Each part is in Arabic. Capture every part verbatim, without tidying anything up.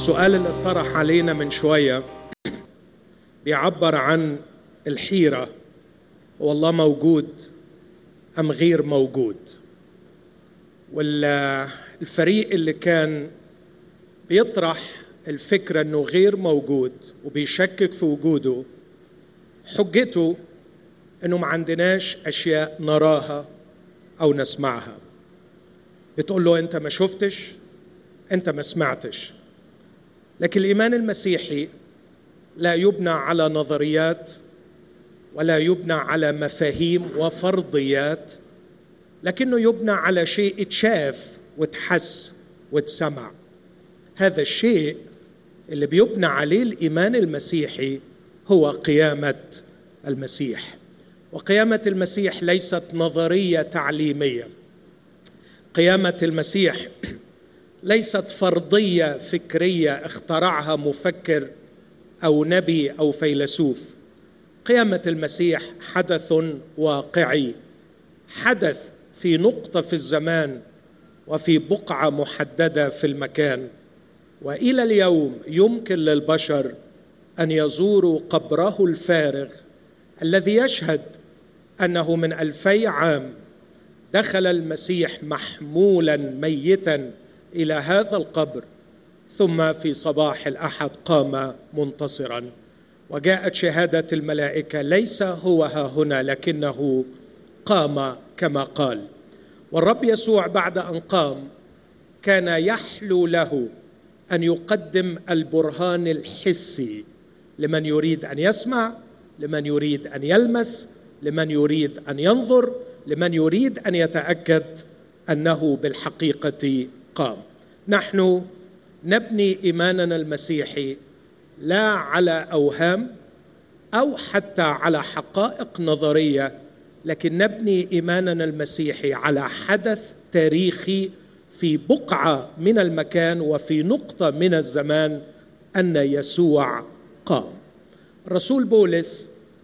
السؤال اللي اتطرح علينا من شوية بيعبر عن الحيرة، هو الله موجود أم غير موجود؟ والفريق اللي كان بيطرح الفكرة أنه غير موجود وبيشكك في وجوده، حجته أنه ما عندناش أشياء نراها أو نسمعها. بتقول له أنت ما شفتش، أنت ما سمعتش. لكن الإيمان المسيحي لا يبنى على نظريات ولا يبنى على مفاهيم وفرضيات، لكنه يبنى على شيء اتشاف وتحس وتسمع. هذا الشيء اللي بيبنى عليه الإيمان المسيحي هو قيامة المسيح. وقيامة المسيح ليست نظرية تعليمية، قيامة المسيح ليست فرضية فكرية اخترعها مفكر أو نبي أو فيلسوف. قيامة المسيح حدث واقعي، حدث في نقطة في الزمان وفي بقعة محددة في المكان. وإلى اليوم يمكن للبشر أن يزوروا قبره الفارغ الذي يشهد أنه من ألفي عام دخل المسيح محمولا ميتا إلى هذا القبر، ثم في صباح الأحد قام منتصرا. وجاءت شهادة الملائكة ليس هو ها هنا لكنه قام كما قال. والرب يسوع بعد أن قام كان يحلو له أن يقدم البرهان الحسي لمن يريد أن يسمع، لمن يريد أن يلمس، لمن يريد أن ينظر، لمن يريد أن يتأكد أنه بالحقيقة قام. نحن نبني إيماننا المسيحي لا على أوهام أو حتى على حقائق نظرية، لكن نبني إيماننا المسيحي على حدث تاريخي في بقعة من المكان وفي نقطة من الزمان، أن يسوع قام. الرسول بولس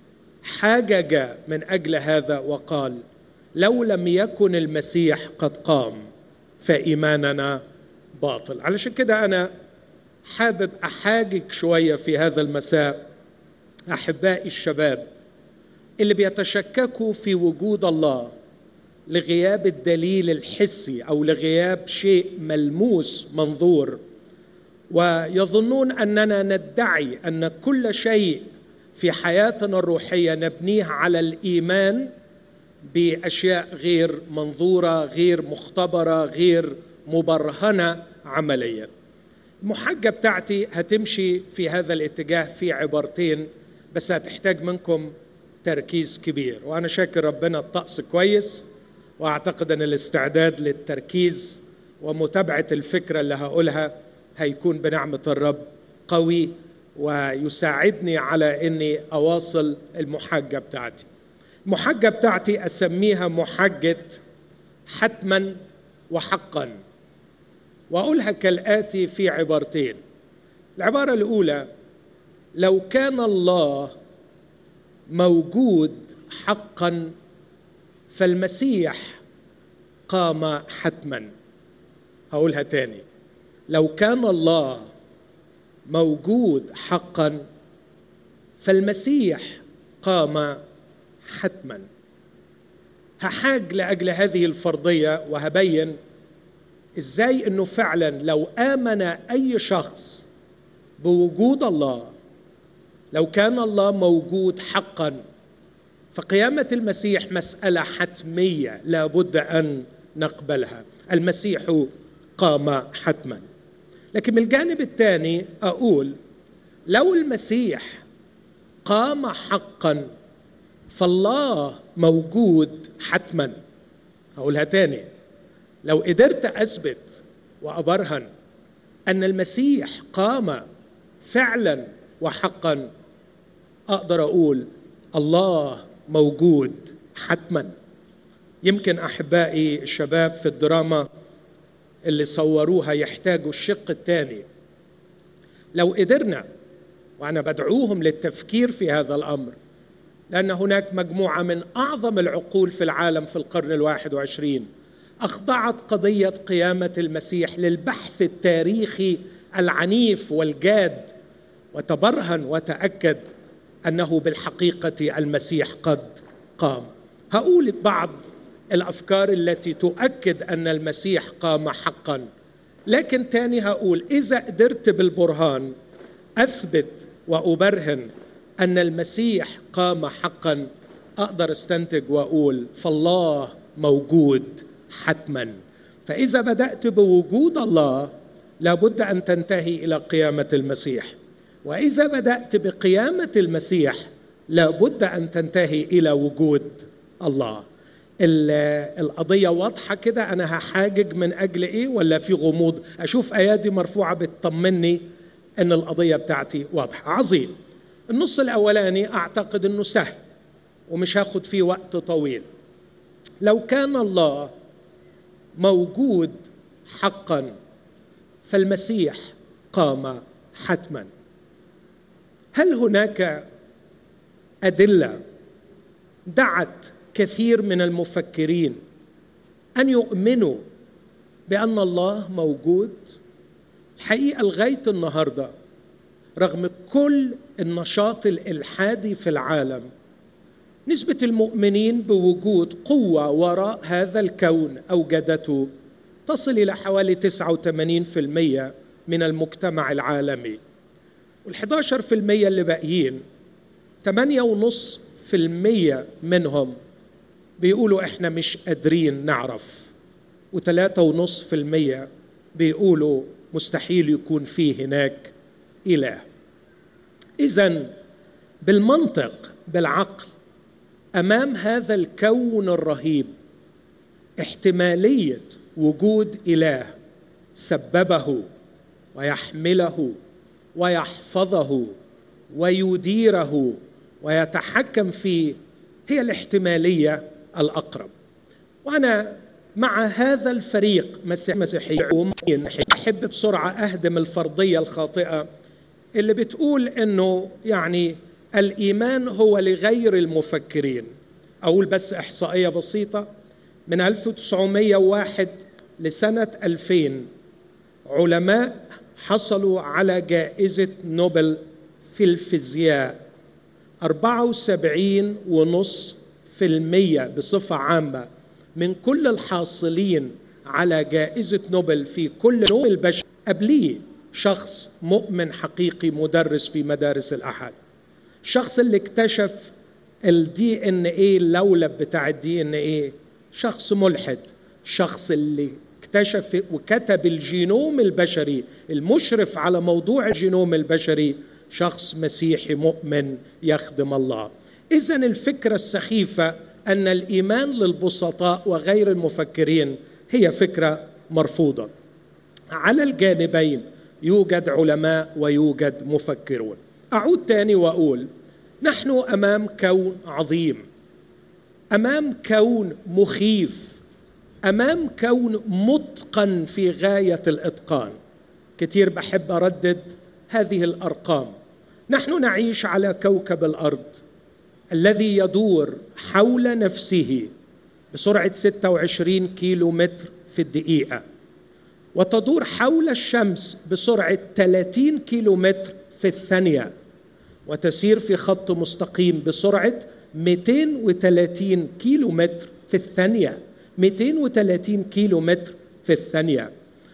حاجج من أجل هذا وقال: لو لم يكن المسيح قد قام فإيماننا باطل. علشان كده أنا حابب أحاجج شوية في هذا المساء أحبائي الشباب اللي بيتشككوا في وجود الله لغياب الدليل الحسي أو لغياب شيء ملموس منظور، ويظنون أننا ندعي أن كل شيء في حياتنا الروحية نبنيه على الإيمان بأشياء غير منظورة، غير مختبرة، غير مبرهنة عمليا. المحجة بتاعتي هتمشي في هذا الاتجاه في عبارتين، بس هتحتاج منكم تركيز كبير. وأنا شاكر ربنا الطقس كويس، وأعتقد أن الاستعداد للتركيز ومتابعة الفكرة اللي هقولها هيكون بنعمة الرب قوي ويساعدني على أني أواصل المحجة بتاعتي. المحجة بتاعتي أسميها محجة حتما وحقا، وأقولها كالآتي في عبارتين. العبارة الأولى: لو كان الله موجود حقا فالمسيح قام حتما. هقولها تاني: لو كان الله موجود حقا فالمسيح قام حتما. هحاج لأجل هذه الفرضية وهبين إزاي أنه فعلا لو آمن أي شخص بوجود الله، لو كان الله موجود حقا، فقيامة المسيح مسألة حتمية لا بد أن نقبلها. المسيح قام حتما. لكن من الجانب الثاني أقول: لو المسيح قام حقا فالله موجود حتما. هقولها تاني: لو قدرت أثبت وأبرهن أن المسيح قام فعلا وحقا، أقدر أقول الله موجود حتما. يمكن أحبائي الشباب في الدراما اللي صوروها يحتاجوا الشق الثاني. لو قدرنا، وأنا بدعوهم للتفكير في هذا الأمر، لأن هناك مجموعة من أعظم العقول في العالم في القرن الواحد وعشرين أخضعت قضية قيامة المسيح للبحث التاريخي العنيف والجاد وتبرهن وتأكد أنه بالحقيقة المسيح قد قام. هقول بعض الأفكار التي تؤكد أن المسيح قام حقا، لكن تاني هقول إذا قدرت بالبرهان أثبت وأبرهن أن المسيح قام حقا، أقدر استنتج وأقول فالله موجود حتما. فإذا بدأت بوجود الله لابد أن تنتهي إلى قيامة المسيح، وإذا بدأت بقيامة المسيح لابد أن تنتهي إلى وجود الله. القضية واضحة كده؟ أنا هحاجج من أجل إيه ولا في غموض؟ أشوف أيادي مرفوعة بتطمني أن القضية بتاعتي واضحة. عظيم. النص الأولاني أعتقد أنه سهل ومش هاخد فيه وقت طويل. لو كان الله موجود حقا فالمسيح قام حتما. هل هناك أدلة دعت كثير من المفكرين أن يؤمنوا بأن الله موجود؟ الحقيقة لغاية النهاردة رغم كل النشاط الإلحادي في العالم، نسبة المؤمنين بوجود قوة وراء هذا الكون أوجدته تصل إلى حوالي تسعة وثمانين بالمئة من المجتمع العالمي، والحادي عشر بالمئة اللي باقيين ثمانية فاصلة خمسة بالمئة منهم بيقولوا إحنا مش قادرين نعرف، وثلاثة فاصلة خمسة بالمئة بيقولوا مستحيل يكون فيه هناك إله. إذن بالمنطق بالعقل أمام هذا الكون الرهيب احتمالية وجود إله سببه ويحمله ويحفظه ويديره ويتحكم فيه هي الاحتمالية الأقرب. وأنا مع هذا الفريق مسيحيين أحب بسرعة أهدم الفرضية الخاطئة اللي بتقول إنه يعني الإيمان هو لغير المفكرين. أقول بس إحصائية بسيطة: من ألف وتسعمائة وواحد لسنة ألفين علماء حصلوا على جائزة نوبل في الفيزياء، أربعة وسبعين فاصلة خمسة بالمئة بصفة عامة من كل الحاصلين على جائزة نوبل في كل نوع البشر قبليه شخص مؤمن حقيقي مدرس في مدارس الأحد. الشخص اللي اكتشف الدي ان ايه اللولب بتاع الدي ان ايه شخص ملحد. الشخص اللي اكتشف وكتب الجينوم البشري المشرف على موضوع الجينوم البشري شخص مسيحي مؤمن يخدم الله. إذن الفكرة السخيفة أن الإيمان للبسطاء وغير المفكرين هي فكرة مرفوضة. على الجانبين يوجد علماء ويوجد مفكرون. أعود تاني وأقول نحن أمام كون عظيم، أمام كون مخيف، أمام كون متقن في غاية الإتقان. كتير بحب أردد هذه الأرقام. نحن نعيش على كوكب الأرض الذي يدور حول نفسه بسرعة ستة وعشرين كيلو متر في الدقيقة، وتدور حول الشمس بسرعة ثلاثين كيلو متر في الثانية، وتسير في خط مستقيم بسرعة مئتين وثلاثين كيلو متر في الثانية. مئتين وثلاثين كيلو متر في الثانية.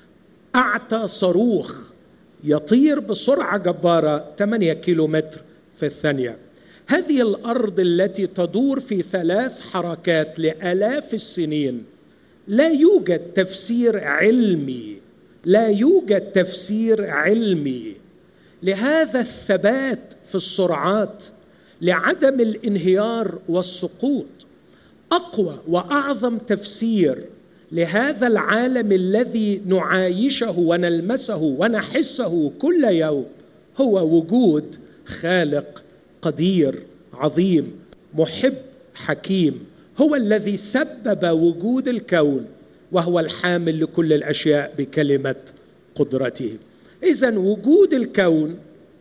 أعتى صاروخ يطير بسرعة جبارة ثمانية كيلو متر في الثانية. هذه الأرض التي تدور في ثلاث حركات لآلاف السنين لا يوجد تفسير علمي، لا يوجد تفسير علمي لهذا الثبات في السرعات، لعدم الانهيار والسقوط. أقوى وأعظم تفسير لهذا العالم الذي نعايشه ونلمسه ونحسه كل يوم هو وجود خالق قدير عظيم محب حكيم، هو الذي سبب وجود الكون وهو الحامل لكل الأشياء بكلمة قدرته. إذن وجود الكون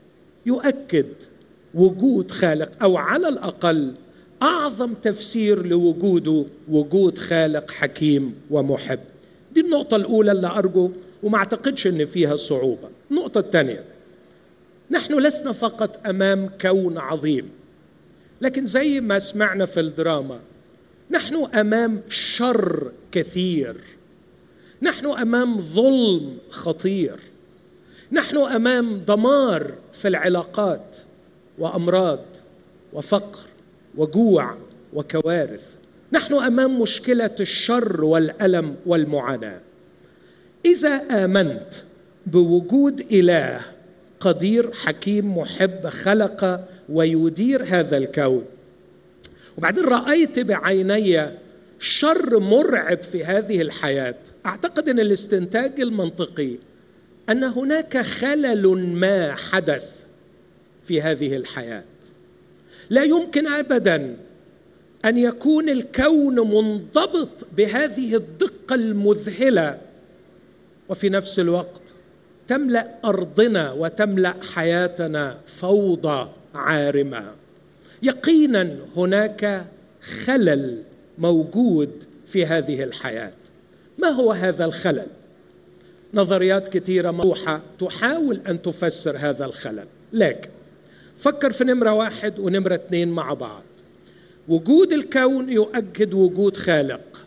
يؤكد وجود خالق، أو على الأقل أعظم تفسير لوجوده وجود خالق حكيم ومحب. دي النقطة الأولى اللي أرجو وما أعتقدش أن فيها صعوبة. النقطة النقطة الثانية، نحن لسنا فقط أمام كون عظيم، لكن زي ما سمعنا في الدراما نحن أمام شر كثير، نحن أمام ظلم خطير، نحن أمام دمار في العلاقات وأمراض وفقر وجوع وكوارث، نحن أمام مشكلة الشر والألم والمعاناة. إذا آمنت بوجود إله قدير حكيم محب خلق ويدير هذا الكون، وبعدين رأيت بعيني شر مرعب في هذه الحياة، أعتقد أن الاستنتاج المنطقي أن هناك خلل ما حدث في هذه الحياة. لا يمكن أبداً أن يكون الكون منضبط بهذه الدقة المذهلة وفي نفس الوقت تملأ أرضنا وتملأ حياتنا فوضى عارمة. يقيناً هناك خلل موجود في هذه الحياة. ما هو هذا الخلل؟ نظريات كثيرة مطروحة تحاول أن تفسر هذا الخلل، لكن فكر في نمرة واحد ونمرة اثنين مع بعض. وجود الكون يؤكد وجود خالق.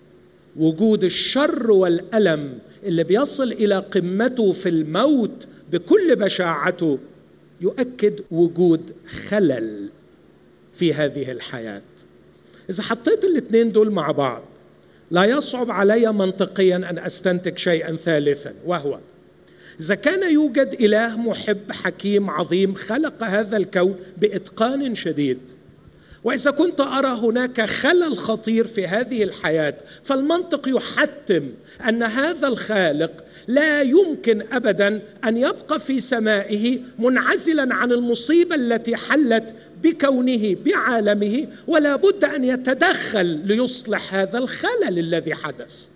وجود الشر والألم اللي بيصل إلى قمته في الموت بكل بشاعته يؤكد وجود خلل في هذه الحياة. إذا حطيت الاثنين دول مع بعض لا يصعب علي منطقيا أن أستنتج شيئا ثالثا، وهو إذا كان يوجد إله محب حكيم عظيم خلق هذا الكون بإتقان شديد، وإذا كنت أرى هناك خلل خطير في هذه الحياة، فالمنطق يحتم أن هذا الخالق لا يمكن أبداً أن يبقى في سمائه منعزلاً عن المصيبة التي حلت بكونه بعالمه، ولا بد أن يتدخل ليصلح هذا الخلل الذي حدث.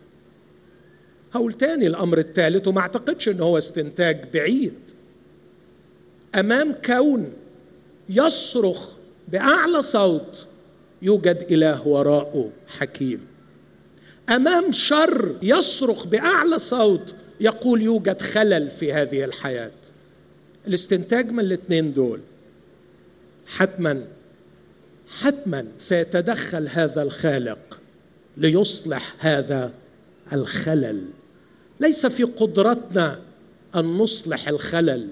هقول تاني الأمر الثالث، وما أعتقدش أنه هو استنتاج بعيد. أمام كون يصرخ بأعلى صوت يوجد إله وراءه حكيم. أمام شر يصرخ بأعلى صوت يقول يوجد خلل في هذه الحياة. الاستنتاج من الاثنين دول حتما حتما سيتدخل هذا الخالق ليصلح هذا الخلل. ليس في قدرتنا أن نصلح الخلل،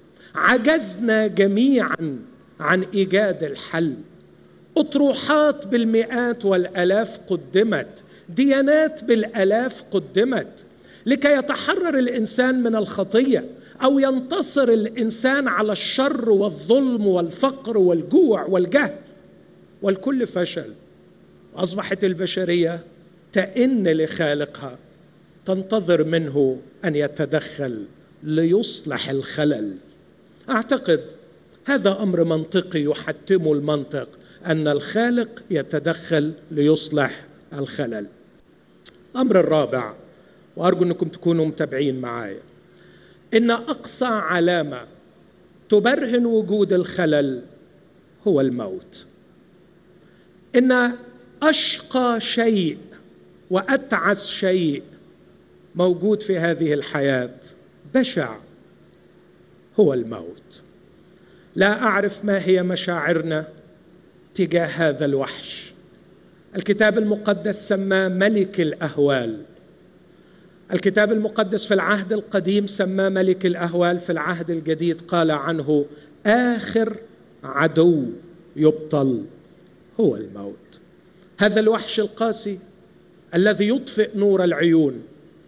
عجزنا جميعا عن إيجاد الحل. أطروحات بالمئات والآلاف قدمت، ديانات بالآلاف قدمت لكي يتحرر الإنسان من الخطية أو ينتصر الإنسان على الشر والظلم والفقر والجوع والجهل، والكل فشل. أصبحت البشرية تئن لخالقها، تنتظر منه أن يتدخل ليصلح الخلل. أعتقد هذا أمر منطقي يحتم المنطق، أن الخالق يتدخل ليصلح الخلل. الأمر الرابع، وأرجو أنكم تكونوا متابعين معايا، إن أقصى علامة تبرهن وجود الخلل هو الموت. إن أشقى شيء وأتعس شيء موجود في هذه الحياة بشع هو الموت. لا أعرف ما هي مشاعرنا تجاه هذا الوحش. الكتاب المقدس سماه ملك الأهوال. الكتاب المقدس في العهد القديم سماه ملك الأهوال، في العهد الجديد قال عنه آخر عدو يبطل هو الموت. هذا الوحش القاسي الذي يطفئ نور العيون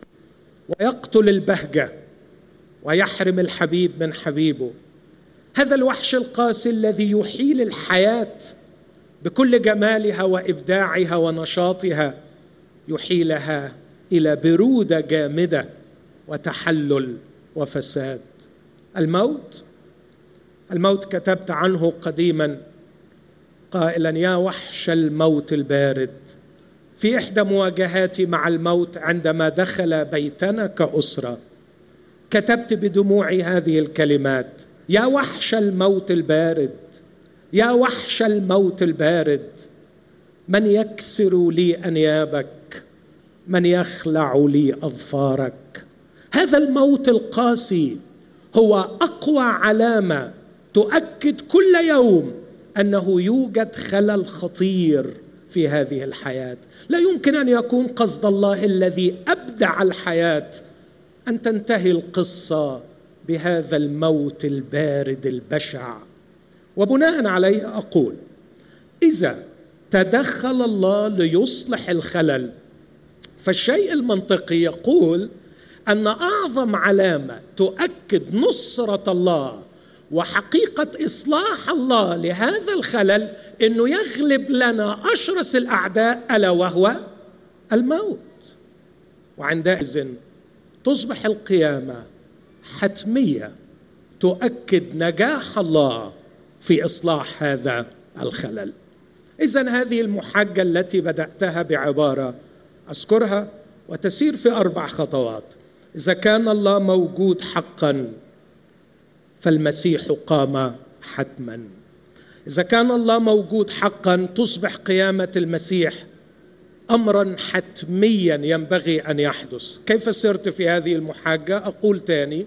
ويقتل البهجة ويحرم الحبيب من حبيبه، هذا الوحش القاسي الذي يحيل الحياة بكل جمالها وإبداعها ونشاطها، يحيلها إلى برودة جامدة وتحلل وفساد. الموت الموت كتبت عنه قديما قائلا يا وحش الموت البارد. في إحدى مواجهاتي مع الموت عندما دخل بيتنا كأسرة كتبت بدموعي هذه الكلمات: يا وحش الموت البارد، يا وحش الموت البارد، من يكسر لي أنيابك، من يخلع لي أظفارك. هذا الموت القاسي هو أقوى علامة تؤكد كل يوم أنه يوجد خلل خطير في هذه الحياة. لا يمكن أن يكون قصد الله الذي أبدع الحياة أن تنتهي القصة بهذا الموت البارد البشع. وبناء عليه أقول: إذا تدخل الله ليصلح الخلل، فالشيء المنطقي يقول أن أعظم علامة تؤكد نصرة الله وحقيقة إصلاح الله لهذا الخلل أنه يغلب لنا أشرس الأعداء، ألا وهو الموت. وعندئذ تصبح القيامة حتمية تؤكد نجاح الله في إصلاح هذا الخلل. إذن هذه المحاجة التي بدأتها بعبارة أذكرها وتسير في أربع خطوات. إذا كان الله موجود حقا فالمسيح قام حتما. إذا كان الله موجود حقا تصبح قيامة المسيح أمرا حتميا ينبغي أن يحدث. كيف سرت في هذه المحاجة؟ أقول تاني: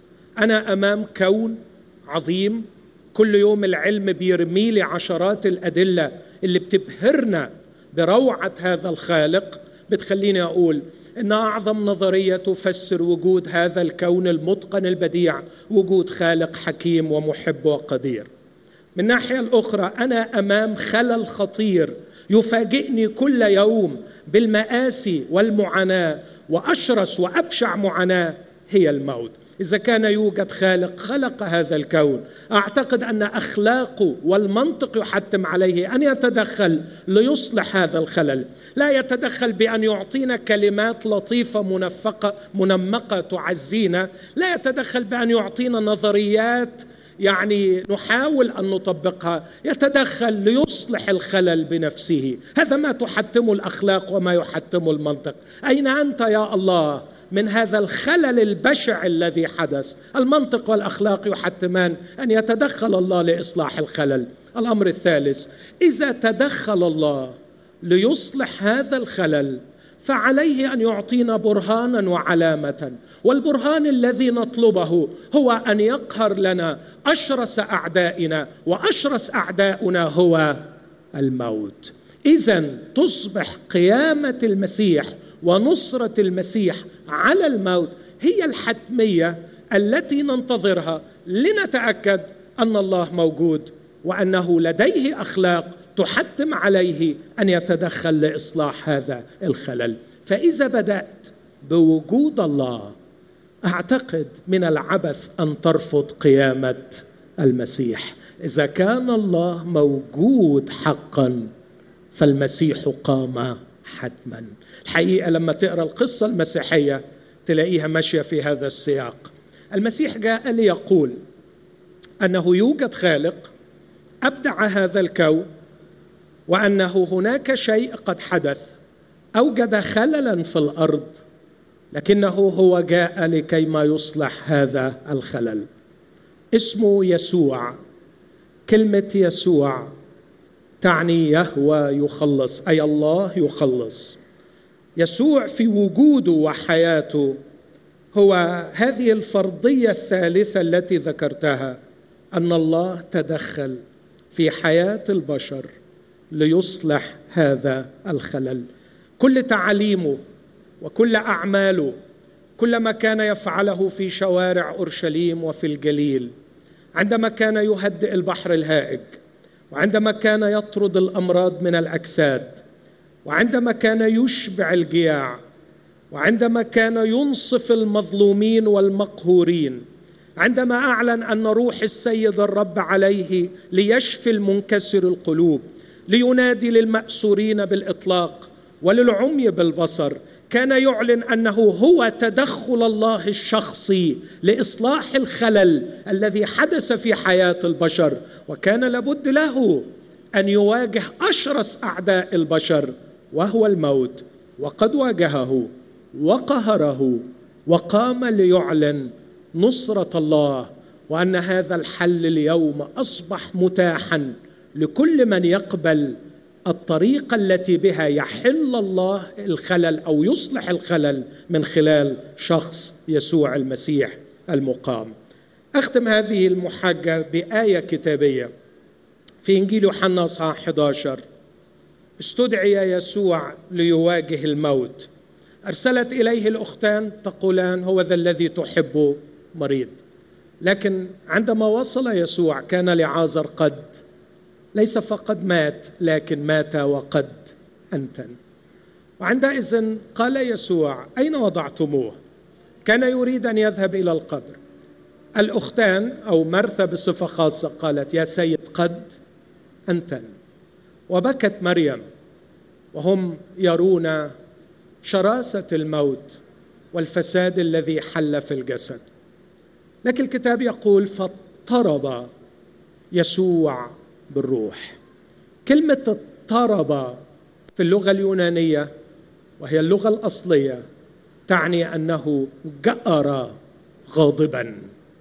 أنا أمام كون عظيم، كل يوم العلم بيرمي لي عشرات الأدلة اللي بتبهرنا بروعة هذا الخالق، بتخليني أقول إن أعظم نظرية تفسر وجود هذا الكون المتقن البديع وجود خالق حكيم ومحب وقدير. من الناحية الأخرى أنا أمام خلل خطير يفاجئني كل يوم بالمآسي والمعاناة، وأشرس وأبشع معاناة هي الموت. إذا كان يوجد خالق خلق هذا الكون، أعتقد أن أخلاقه والمنطق يحتم عليه أن يتدخل ليصلح هذا الخلل. لا يتدخل بأن يعطينا كلمات لطيفة منفقة منمقة تعزينا، لا يتدخل بأن يعطينا نظريات يعني نحاول أن نطبقها، يتدخل ليصلح الخلل بنفسه. هذا ما تحتم الأخلاق وما يحتم المنطق. أين أنت يا الله من هذا الخلل البشع الذي حدث؟ المنطق والأخلاق يحتمان أن يتدخل الله لإصلاح الخلل. الأمر الثالث: إذا تدخل الله ليصلح هذا الخلل فعليه أن يعطينا برهانا وعلامة، والبرهان الذي نطلبه هو أن يقهر لنا أشرس أعدائنا، وأشرس أعداؤنا هو الموت. إذن تصبح قيامة المسيح ونصرة المسيح على الموت هي الحتمية التي ننتظرها لنتأكد أن الله موجود وأنه لديه أخلاق تحتم عليه أن يتدخل لإصلاح هذا الخلل. فإذا بدأت بوجود الله، أعتقد من العبث أن ترفض قيامة المسيح. إذا كان الله موجود حقا فالمسيح قام حتما. الحقيقة لما تقرأ القصة المسيحية تلاقيها ماشية في هذا السياق. المسيح جاء ليقول أنه يوجد خالق أبدع هذا الكون، وأنه هناك شيء قد حدث أوجد خللا في الأرض، لكنه هو جاء لكي ما يصلح هذا الخلل. اسمه يسوع. كلمة يسوع تعني يهوى يخلص، أي الله يخلص. يسوع في وجوده وحياته هو هذه الفرضية الثالثة التي ذكرتها، أن الله تدخل في حياة البشر ليصلح هذا الخلل. كل تعاليمه وكل أعماله، كل ما كان يفعله في شوارع أورشليم وفي الجليل، عندما كان يهدئ البحر الهائج، وعندما كان يطرد الأمراض من الأجساد، وعندما كان يشبع الجياع، وعندما كان ينصف المظلومين والمقهورين، عندما أعلن أن روح السيد الرب عليه ليشفي المنكسر القلوب، لينادي للمأسورين بالإطلاق وللعمي بالبصر، كان يعلن أنه هو تدخل الله الشخصي لإصلاح الخلل الذي حدث في حياة البشر، وكان لابد له أن يواجه أشرس أعداء البشر وهو الموت، وقد واجهه وقهره وقام ليعلن نصرة الله، وأن هذا الحل اليوم أصبح متاحا لكل من يقبل الطريقة التي بها يحل الله الخلل أو يصلح الخلل من خلال شخص يسوع المسيح المقام. أختم هذه المحاجة بآية كتابية في إنجيل يوحنا اصحاح أحد عشر. استدعي يسوع ليواجه الموت، أرسلت إليه الأختان تقولان هو ذا الذي تحبه مريض. لكن عندما وصل يسوع كان لعازر قد ليس فقط مات، لكن مات وقد أنتن. وعندئذ قال يسوع أين وضعتموه؟ كان يريد أن يذهب إلى القبر. الأختان أو مرثا بصفة خاصة قالت يا سيد قد أنتن، وبكت مريم وهم يرون شراسة الموت والفساد الذي حل في الجسد. لكن الكتاب يقول فاضطرب يسوع بالروح. كلمة اضطرب في اللغة اليونانية وهي اللغة الأصلية تعني أنه جأر غاضبا،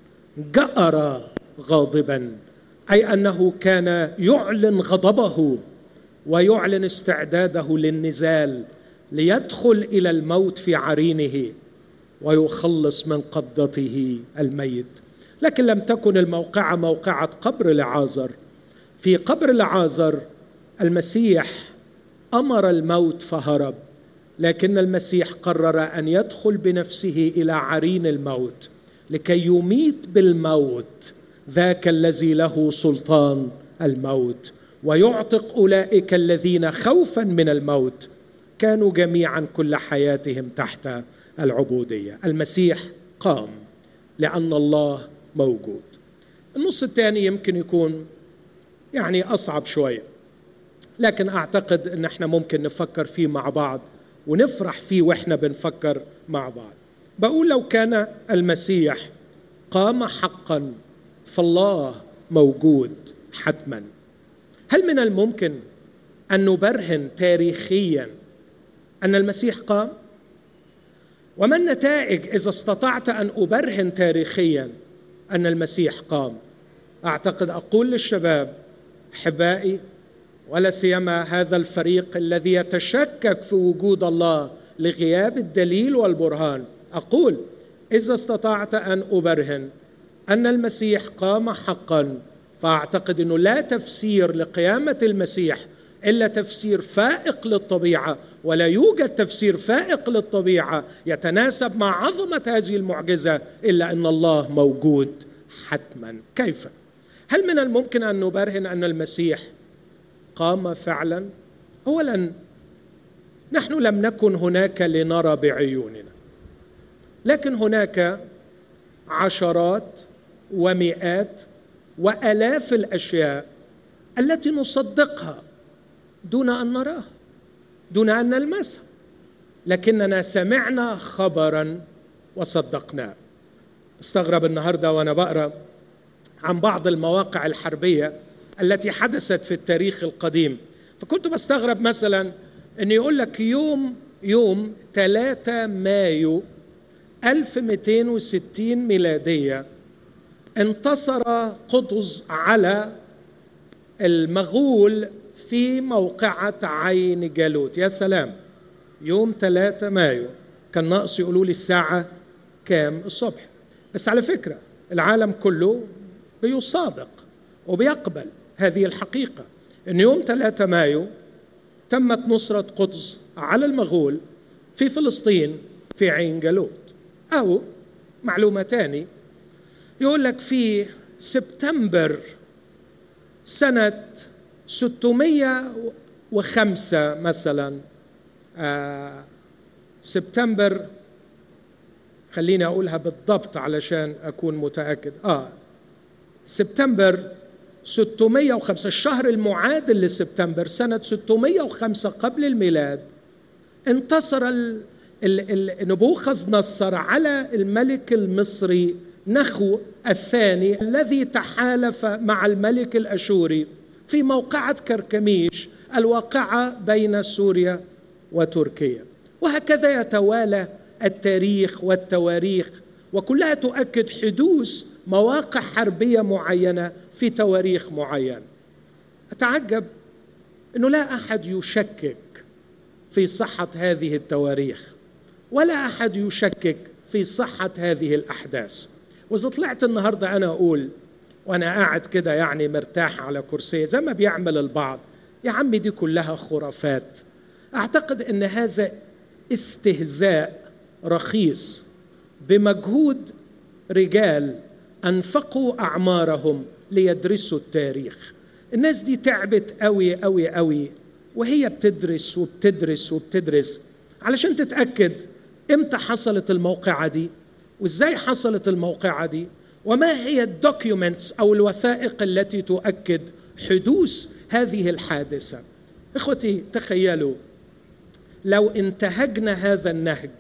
جأر غاضبا، أي أنه كان يعلن غضبه ويعلن استعداده للنزال ليدخل إلى الموت في عرينه ويخلص من قبضته الميت. لكن لم تكن الموقعة موقعة قبر لعازر. في قبر لعازر المسيح أمر الموت فهرب، لكن المسيح قرر أن يدخل بنفسه إلى عرين الموت لكي يميت بالموت ذاك الذي له سلطان الموت، ويعتق أولئك الذين خوفا من الموت كانوا جميعا كل حياتهم تحت العبودية. المسيح قام لأن الله موجود. النص الثاني يمكن يكون يعني أصعب شوية، لكن أعتقد أن احنا ممكن نفكر فيه مع بعض ونفرح فيه وإحنا بنفكر مع بعض. بقول لو كان المسيح قام حقا فالله موجود حتما. هل من الممكن أن نبرهن تاريخيا أن المسيح قام؟ وما النتائج إذا استطعت أن أبرهن تاريخيا أن المسيح قام؟ أعتقد أقول للشباب أحبائي، ولا سيما هذا الفريق الذي يتشكك في وجود الله لغياب الدليل والبرهان، أقول إذا استطعت أن أبرهن أن المسيح قام حقا، فأعتقد أنه لا تفسير لقيامة المسيح إلا تفسير فائق للطبيعة، ولا يوجد تفسير فائق للطبيعة يتناسب مع عظمة هذه المعجزة إلا أن الله موجود حتما. كيف؟ هل من الممكن أن نبرهن أن المسيح قام فعلا؟ أولا نحن لم نكن هناك لنرى بعيوننا، لكن هناك عشرات ومئات وآلاف الأشياء التي نصدقها دون أن نراها، دون أن نلمسها، لكننا سمعنا خبرا وصدقناه. استغرب النهاردة وأنا بقرأ عن بعض المواقع الحربية التي حدثت في التاريخ القديم، فكنت بستغرب مثلا أن يقول لك يوم يوم ثلاثة مايو ألف ومئتين وستين ميلادية انتصر قطز على المغول في موقعة عين جالوت. يا سلام، يوم ثلاثة مايو، كان ناقص يقولوا لي الساعة كام الصبح. بس على فكرة العالم كله بيصادق وبيقبل هذه الحقيقة أن يوم ثلاثة مايو تمت نصرة قطز على المغول في فلسطين في عين جالوت. أو معلومة تاني يقول لك في سبتمبر سنة ستمائة وخمسة مثلا، آه سبتمبر، خليني أقولها بالضبط علشان أكون متأكد، آه سبتمبر ستمائة وخمسة، الشهر المعادل لسبتمبر سنة ستمائة وخمسة قبل الميلاد، انتصر نبوخذ نصر على الملك المصري نخو الثاني الذي تحالف مع الملك الأشوري في موقعة كركميش الواقعة بين سوريا وتركيا. وهكذا يتوالى التاريخ والتواريخ، وكلها تؤكد حدوث مواقع حربية معينة في تواريخ معين. أتعجب أنه لا أحد يشكك في صحة هذه التواريخ، ولا أحد يشكك في صحة هذه الأحداث، وإذا طلعت النهاردة أنا أقول وأنا قاعد كده يعني مرتاح على كرسي زي ما بيعمل البعض، يا عمي دي كلها خرافات، أعتقد أن هذا استهزاء رخيص بمجهود رجال أنفقوا أعمارهم ليدرسوا التاريخ. الناس دي تعبت قوي قوي قوي وهي بتدرس وبتدرس وبتدرس علشان تتأكد إمتى حصلت الموقعة دي وإزاي حصلت الموقعة دي وما هي الدوكيومنتس أو الوثائق التي تؤكد حدوث هذه الحادثة. إخوتي تخيلوا لو انتهجنا هذا النهج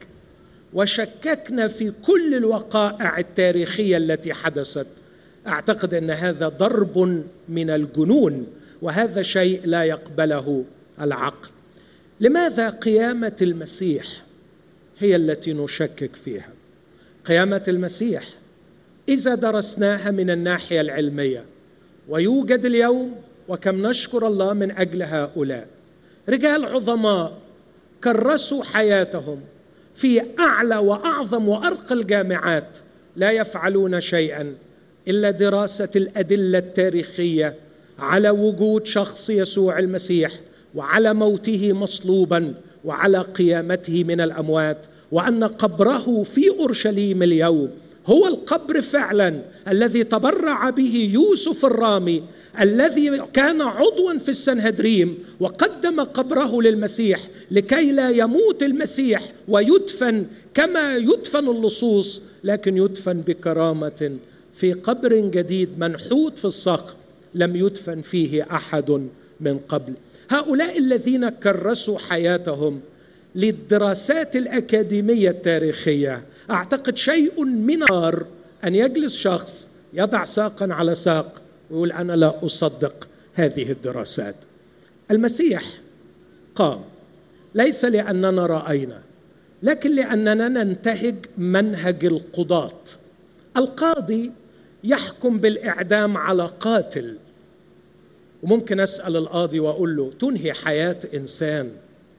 وشككنا في كل الوقائع التاريخية التي حدثت، أعتقد أن هذا ضرب من الجنون، وهذا شيء لا يقبله العقل. لماذا قيامة المسيح هي التي نشكك فيها؟ قيامة المسيح إذا درسناها من الناحية العلمية ويوجد اليوم، وكم نشكر الله من أجل هؤلاء رجال عظماء كرسوا حياتهم في أعلى وأعظم وأرقى الجامعات، لا يفعلون شيئا إلا دراسة الأدلة التاريخية على وجود شخص يسوع المسيح وعلى موته مصلوبا وعلى قيامته من الأموات، وأن قبره في أورشليم اليوم هو القبر فعلا الذي تبرع به يوسف الرامي الذي كان عضوا في السنهدريم وقدم قبره للمسيح لكي لا يموت المسيح ويدفن كما يدفن اللصوص، لكن يدفن بكرامة في قبر جديد منحوت في الصخر لم يدفن فيه أحد من قبل. هؤلاء الذين كرسوا حياتهم للدراسات الأكاديمية التاريخية، أعتقد شيء من نار أن يجلس شخص يضع ساقا على ساق ويقول أنا لا أصدق هذه الدراسات. المسيح قام ليس لأننا رأينا، لكن لأننا ننتهج منهج القضاة. القاضي يحكم بالإعدام على قاتل، وممكن أسأل القاضي وأقول له تنهي حياة إنسان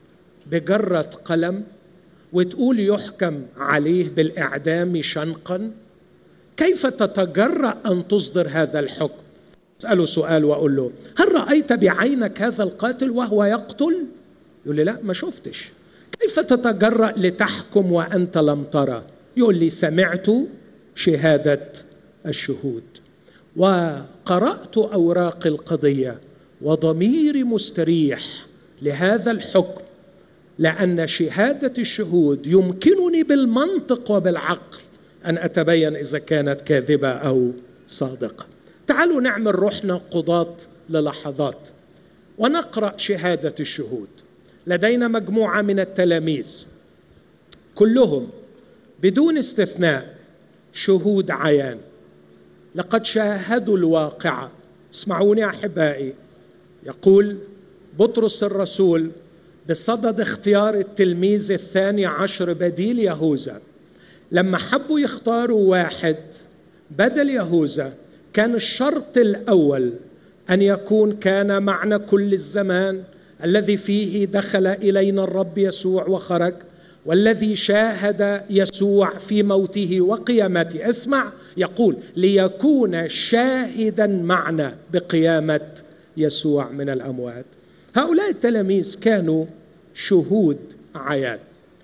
بجرة قلم وتقول يحكم عليه بالإعدام شنقا؟ كيف تتجرأ أن تصدر هذا الحكم؟ أسأله سؤال وأقول له هل رأيت بعينك هذا القاتل وهو يقتل؟ يقول لي لا ما شفتش. كيف تتجرأ لتحكم وأنت لم ترى؟ يقول لي سمعت شهادة الشهود وقرأت أوراق القضية وضميري مستريح لهذا الحكم، لأن شهادة الشهود يمكنني بالمنطق وبالعقل أن أتبين إذا كانت كاذبة أو صادقة. تعالوا نعمل روحنا قضاة للحظات ونقرأ شهادة الشهود. لدينا مجموعة من التلاميذ كلهم بدون استثناء شهود عيان، لقد شاهدوا الواقعة. اسمعوني أحبائي، يقول بطرس الرسول بصدد اختيار التلميذ الثاني عشر بديل يهوذا، لما حبوا يختاروا واحد بدل يهوذا كان الشرط الأول أن يكون كان معنا كل الزمان الذي فيه دخل إلينا الرب يسوع وخرج، والذي شاهد يسوع في موته وقيامته. اسمع، يقول ليكون شاهدا معنا بقيامة يسوع من الأموات. هؤلاء التلاميذ كانوا شهود عيان.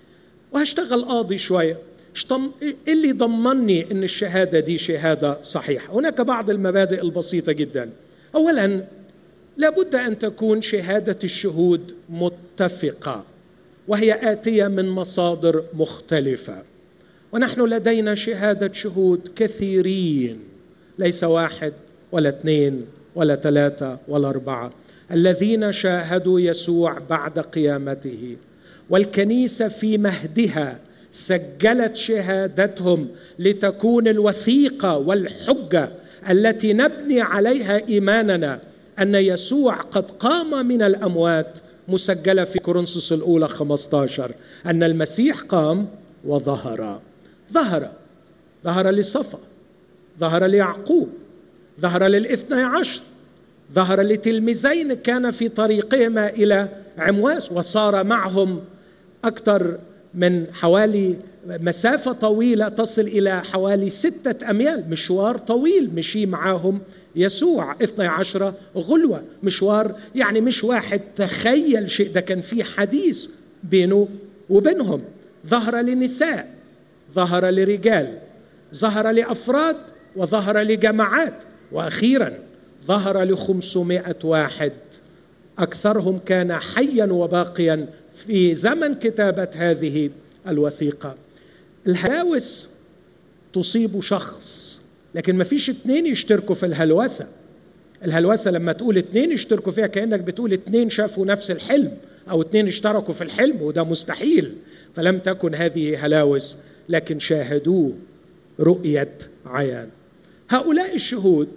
وهشتغل قاضي شوية، اللي ضمني أن الشهادة دي شهادة صحيحة. هناك بعض المبادئ البسيطة جدا. أولا لابد أن تكون شهادة الشهود متفقة، وهي آتية من مصادر مختلفة. ونحن لدينا شهادة شهود كثيرين، ليس واحد ولا اثنين ولا ثلاثة ولا أربعة، الذين شاهدوا يسوع بعد قيامته، والكنيسة في مهدها سجلت شهادتهم لتكون الوثيقة والحجة التي نبني عليها إيماننا أن يسوع قد قام من الأموات، مسجلة في كورنثوس الأولى خمسة عشر أن المسيح قام وظهر. ظهر ظهر لصفا، ظهر ليعقوب، ظهر للاثني عشر، ظهر لتلميذين كان في طريقهما إلى عمواس، وصار معهم أكثر من حوالي مسافة طويلة تصل إلى حوالي ستة أميال، مشوار طويل مشي معاهم يسوع، اثني عشر غلوة، مشوار يعني مش واحد تخيل شيء، ده كان في حديث بينه وبينهم. ظهر لنساء، ظهر لرجال، ظهر لأفراد، وظهر لجماعات، وأخيرا ظهر لخمسمائة واحد، أكثرهم كان حيا وباقيا في زمن كتابة هذه الوثيقة. الهلاوس تصيب شخص، لكن ما فيش اتنين يشتركوا في الهلوسة. الهلوسة لما تقول اتنين يشتركوا فيها كأنك بتقول اتنين شافوا نفس الحلم أو اتنين اشتركوا في الحلم، وده مستحيل. فلم تكن هذه هلاوس، لكن شاهدوه رؤية عيان. هؤلاء الشهود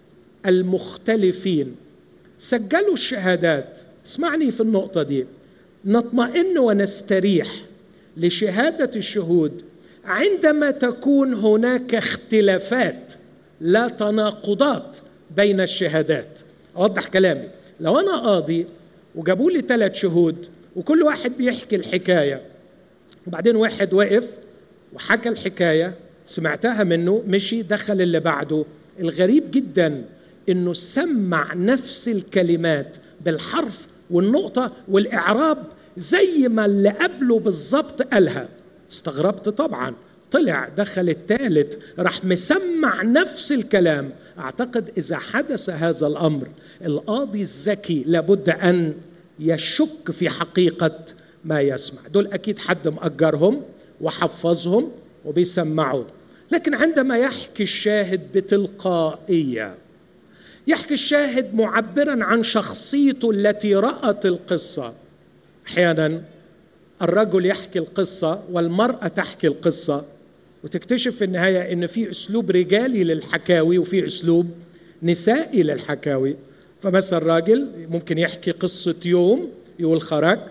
المختلفين سجلوا الشهادات. اسمعني في النقطة دي، نطمئن ونستريح لشهادة الشهود عندما تكون هناك اختلافات لا تناقضات بين الشهادات. أوضح كلامي، لو أنا قاضي وجابوا لي ثلاث شهود وكل واحد بيحكي الحكاية، وبعدين واحد وقف وحكى الحكاية سمعتها منه، مشي دخل اللي بعده، الغريب جدا إنه سمع نفس الكلمات بالحرف والنقطة والإعراب زي ما اللي قبله بالضبط قالها. استغربت طبعا، طلع دخل الثالث راح مسمع نفس الكلام. أعتقد إذا حدث هذا الأمر القاضي الذكي لابد أن يشك في حقيقة ما يسمع. دول أكيد حد مأجرهم وحفظهم وبيسمعوا. لكن عندما يحكي الشاهد بتلقائية، يحكي الشاهد معبرا عن شخصيته التي رأت القصة. أحيانا الرجل يحكي القصة والمرأة تحكي القصة، وتكتشف في النهاية إن في أسلوب رجالي للحكاوي وفي أسلوب نسائي للحكاوي. فمثلا الراجل ممكن يحكي قصة يوم، يقول خرجت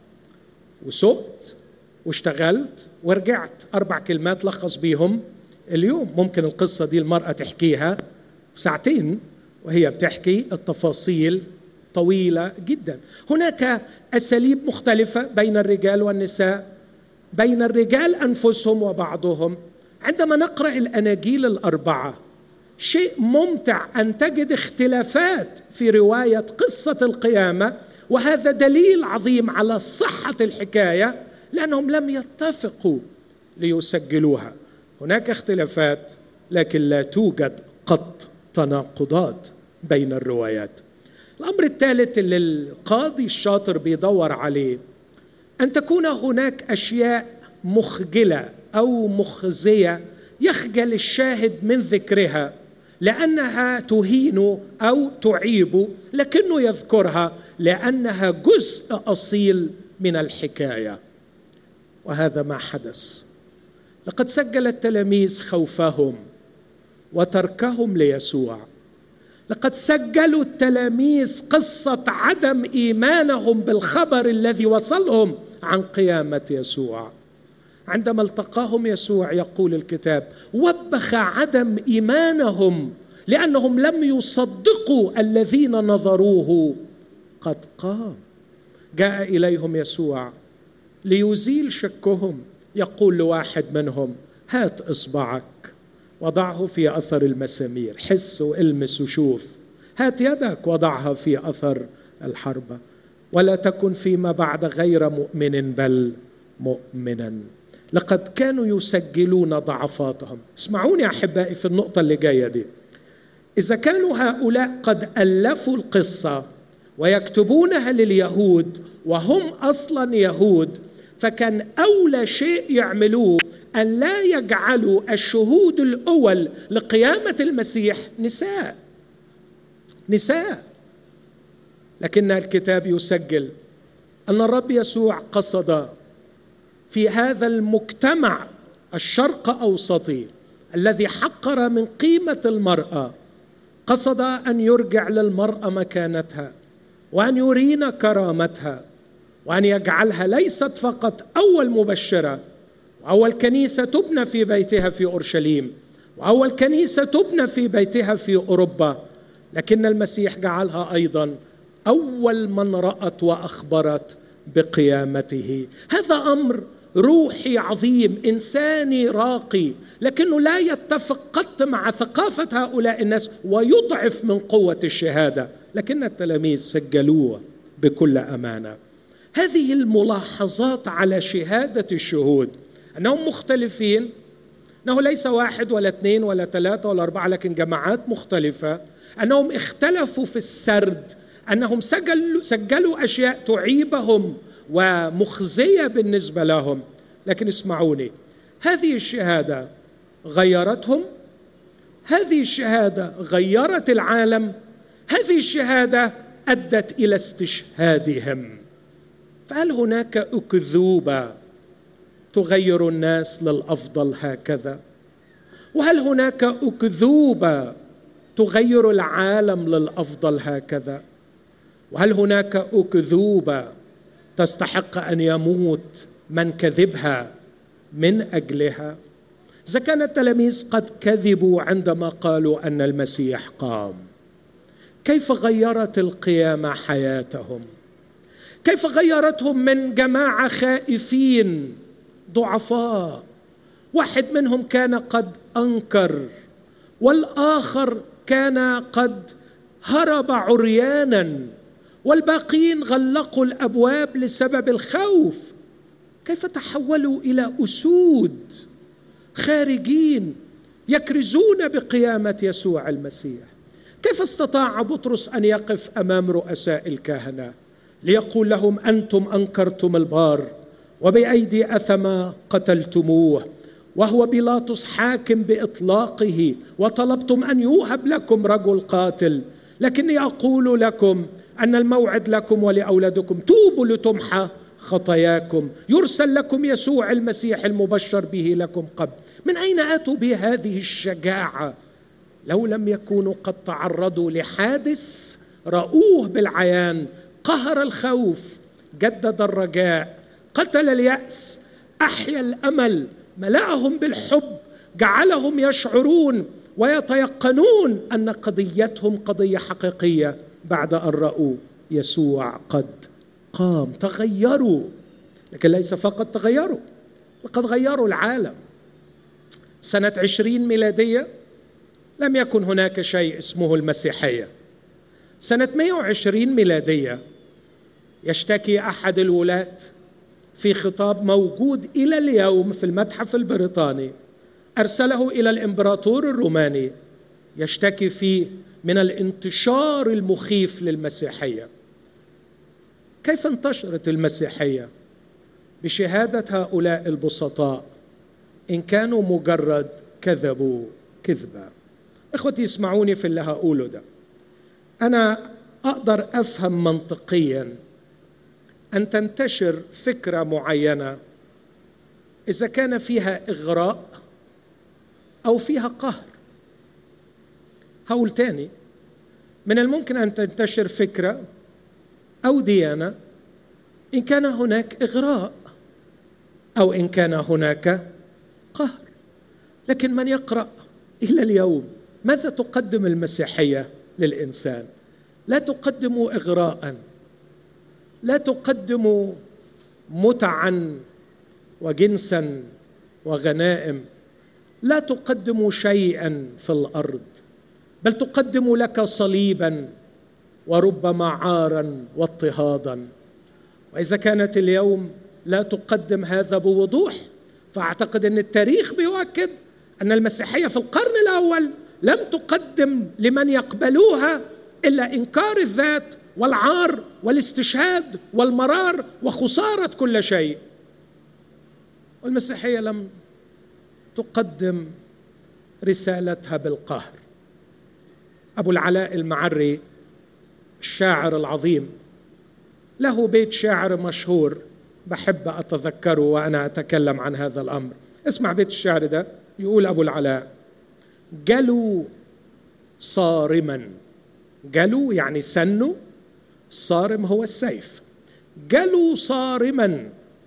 وسقت واشتغلت ورجعت، أربع كلمات لخص بيهم اليوم. ممكن القصة دي المرأة تحكيها في ساعتين وهي بتحكي التفاصيل طويلة جدا. هناك أساليب مختلفة بين الرجال والنساء، بين الرجال أنفسهم وبعضهم. عندما نقرأ الأناجيل الأربعة شيء ممتع أن تجد اختلافات في رواية قصة القيامة، وهذا دليل عظيم على صحة الحكاية لأنهم لم يتفقوا ليسجلوها. هناك اختلافات لكن لا توجد قط تناقضات بين الروايات. الأمر الثالث اللي القاضي الشاطر بيدور عليه أن تكون هناك أشياء مخجلة أو مخزية يخجل الشاهد من ذكرها لأنها تهين أو تعيب، لكنه يذكرها لأنها جزء أصيل من الحكاية. وهذا ما حدث. لقد سجل التلاميذ خوفهم وتركهم ليسوع. لقد سجلوا التلاميذ قصة عدم إيمانهم بالخبر الذي وصلهم عن قيامة يسوع. عندما التقاهم يسوع يقول الكتاب وبخ عدم إيمانهم لأنهم لم يصدقوا الذين نظروه قد قام. جاء إليهم يسوع ليزيل شكهم، يقول لواحد منهم هات إصبعك وضعه في أثر المسامير، حس والمس وشوف. هات يدك وضعها في أثر الحربة، ولا تكن فيما بعد غير مؤمن بل مؤمنا. لقد كانوا يسجلون ضعفاتهم. اسمعوني أحبائي في النقطة اللي جاية دي. إذا كانوا هؤلاء قد ألفوا القصة ويكتبونها لليهود وهم أصلا يهود، فكان أولى شيء يعملوه أن لا يجعلوا الشهود الأول لقيامة المسيح نساء نساء لكن الكتاب يسجل أن الرب يسوع قصد في هذا المجتمع الشرق أوسطي الذي حقر من قيمة المرأة، قصد أن يرجع للمرأة مكانتها وأن يرينا كرامتها وأن يجعلها ليست فقط أول مبشرة وأول كنيسة تبنى في بيتها في أورشليم وأول كنيسة تبنى في بيتها في أوروبا، لكن المسيح جعلها أيضا أول من رأت وأخبرت بقيامته. هذا أمر روحي عظيم، إنساني راقي، لكنه لا يتفق قط مع ثقافة هؤلاء الناس ويضعف من قوة الشهادة. لكن التلاميذ سجلوه بكل أمانة. هذه الملاحظات على شهادة الشهود، أنهم مختلفين، أنه ليس واحد ولا اثنين ولا ثلاثة ولا أربعة، لكن جماعات مختلفة، أنهم اختلفوا في السرد، أنهم سجلوا, سجلوا أشياء تعيبهم ومخزية بالنسبة لهم. لكن اسمعوني، هذه الشهادة غيرتهم، هذه الشهادة غيرت العالم، هذه الشهادة أدت إلى استشهادهم. فهل هناك أكذوبة تغير الناس للأفضل هكذا؟ وهل هناك أكذوبة تغير العالم للأفضل هكذا؟ وهل هناك أكذوبة تستحق أن يموت من كذبها من أجلها؟ إذا كان التلاميذ قد كذبوا عندما قالوا أن المسيح قام، كيف غيرت القيامة حياتهم؟ كيف غيرتهم من جماعة خائفين ضعفاء، واحد منهم كان قد أنكر، والآخر كان قد هرب عريانا، والباقين غلقوا الأبواب لسبب الخوف، كيف تحولوا إلى أسود خارجين يكرزون بقيامة يسوع المسيح؟ كيف استطاع بطرس أن يقف أمام رؤساء الكهنة ليقول لهم أنتم أنكرتم البار وبأيدي أثمة قتلتموه، وهو بيلاطس حاكم بإطلاقه، وطلبتم أن يوهب لكم رجل قاتل، لكني أقول لكم أن الموعد لكم ولأولادكم، توبوا لتمحى خطاياكم، يرسل لكم يسوع المسيح المبشر به لكم قبل. من أين أتوا بهذه الشجاعة لو لم يكونوا قد تعرضوا لحادث رأوه بالعيان، قهر الخوف، جدد الرجاء، قتل اليأس، أحيا الأمل، ملأهم بالحب، جعلهم يشعرون ويتيقنون أن قضيتهم قضية حقيقية بعد أن رأوا يسوع قد قام. تغيروا، لكن ليس فقط تغيروا، لقد غيروا العالم. سنة عشرين ميلادية لم يكن هناك شيء اسمه المسيحية. سنة مئة وعشرين ميلادية يشتكي أحد الولاة في خطاب موجود إلى اليوم في المتحف البريطاني، أرسله إلى الإمبراطور الروماني، يشتكي فيه من الانتشار المخيف للمسيحية. كيف انتشرت المسيحية؟ بشهادة هؤلاء البسطاء، إن كانوا مجرد كذبوا كذبا. إخوتي اسمعوني في اللي هقوله ده، أنا أقدر أفهم منطقياً أن تنتشر فكرة معينة إذا كان فيها إغراء أو فيها قهر. هقول تاني، من الممكن أن تنتشر فكرة أو ديانة إن كان هناك إغراء أو إن كان هناك قهر. لكن من يقرأ إلى اليوم ماذا تقدم المسيحية للإنسان؟ لا تقدم إغراءً، لا تقدم متعاً وجنساً وغنائم، لا تقدم شيئاً في الأرض، بل تقدم لك صليباً وربما عاراً واضطهاداً. وإذا كانت اليوم لا تقدم هذا بوضوح، فأعتقد أن التاريخ بيؤكد أن المسيحية في القرن الأول لم تقدم لمن يقبلوها إلا إنكار الذات والعار والاستشهاد والمرار وخسارة كل شيء. والمسيحية لم تقدم رسالتها بالقهر. أبو العلاء المعري الشاعر العظيم له بيت شعر مشهور بحب أتذكره وأنا أتكلم عن هذا الأمر. اسمع بيت الشعر ده، يقول أبو العلاء: جلوا صارما، جلوا يعني سنوا، الصارم هو السيف، جلوا صارما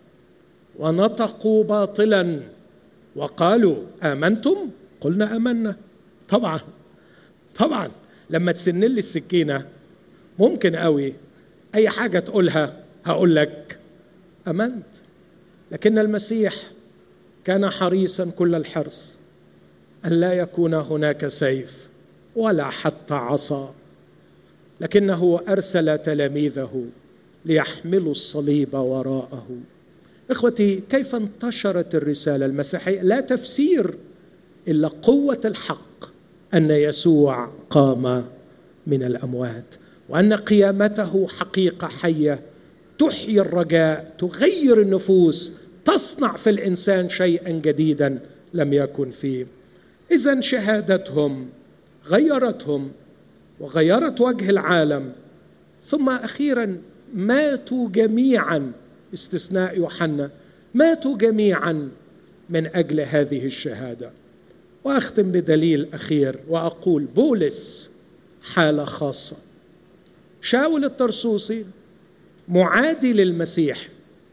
ونطقوا باطلا وقالوا آمنتم؟ قلنا آمنا. طبعا طبعا لما تسن لي السكينة ممكن قوي أي حاجة تقولها هقول لك آمنت. لكن المسيح كان حريصا كل الحرص أن لا يكون هناك سيف ولا حتى عصا، لكنه أرسل تلاميذه ليحملوا الصليب وراءه. إخوتي، كيف انتشرت الرسالة المسيحية؟ لا تفسير إلا قوة الحق أن يسوع قام من الأموات، وأن قيامته حقيقة حية تحيي الرجاء، تغير النفوس، تصنع في الإنسان شيئا جديدا لم يكن فيه. إذن شهادتهم غيرتهم وغيرت وجه العالم، ثم أخيرا ماتوا جميعا باستثناء يوحنا، ماتوا جميعا من أجل هذه الشهادة. وأختم بدليل أخير وأقول بولس حالة خاصة. شاول الطرسوسي معادي للمسيح،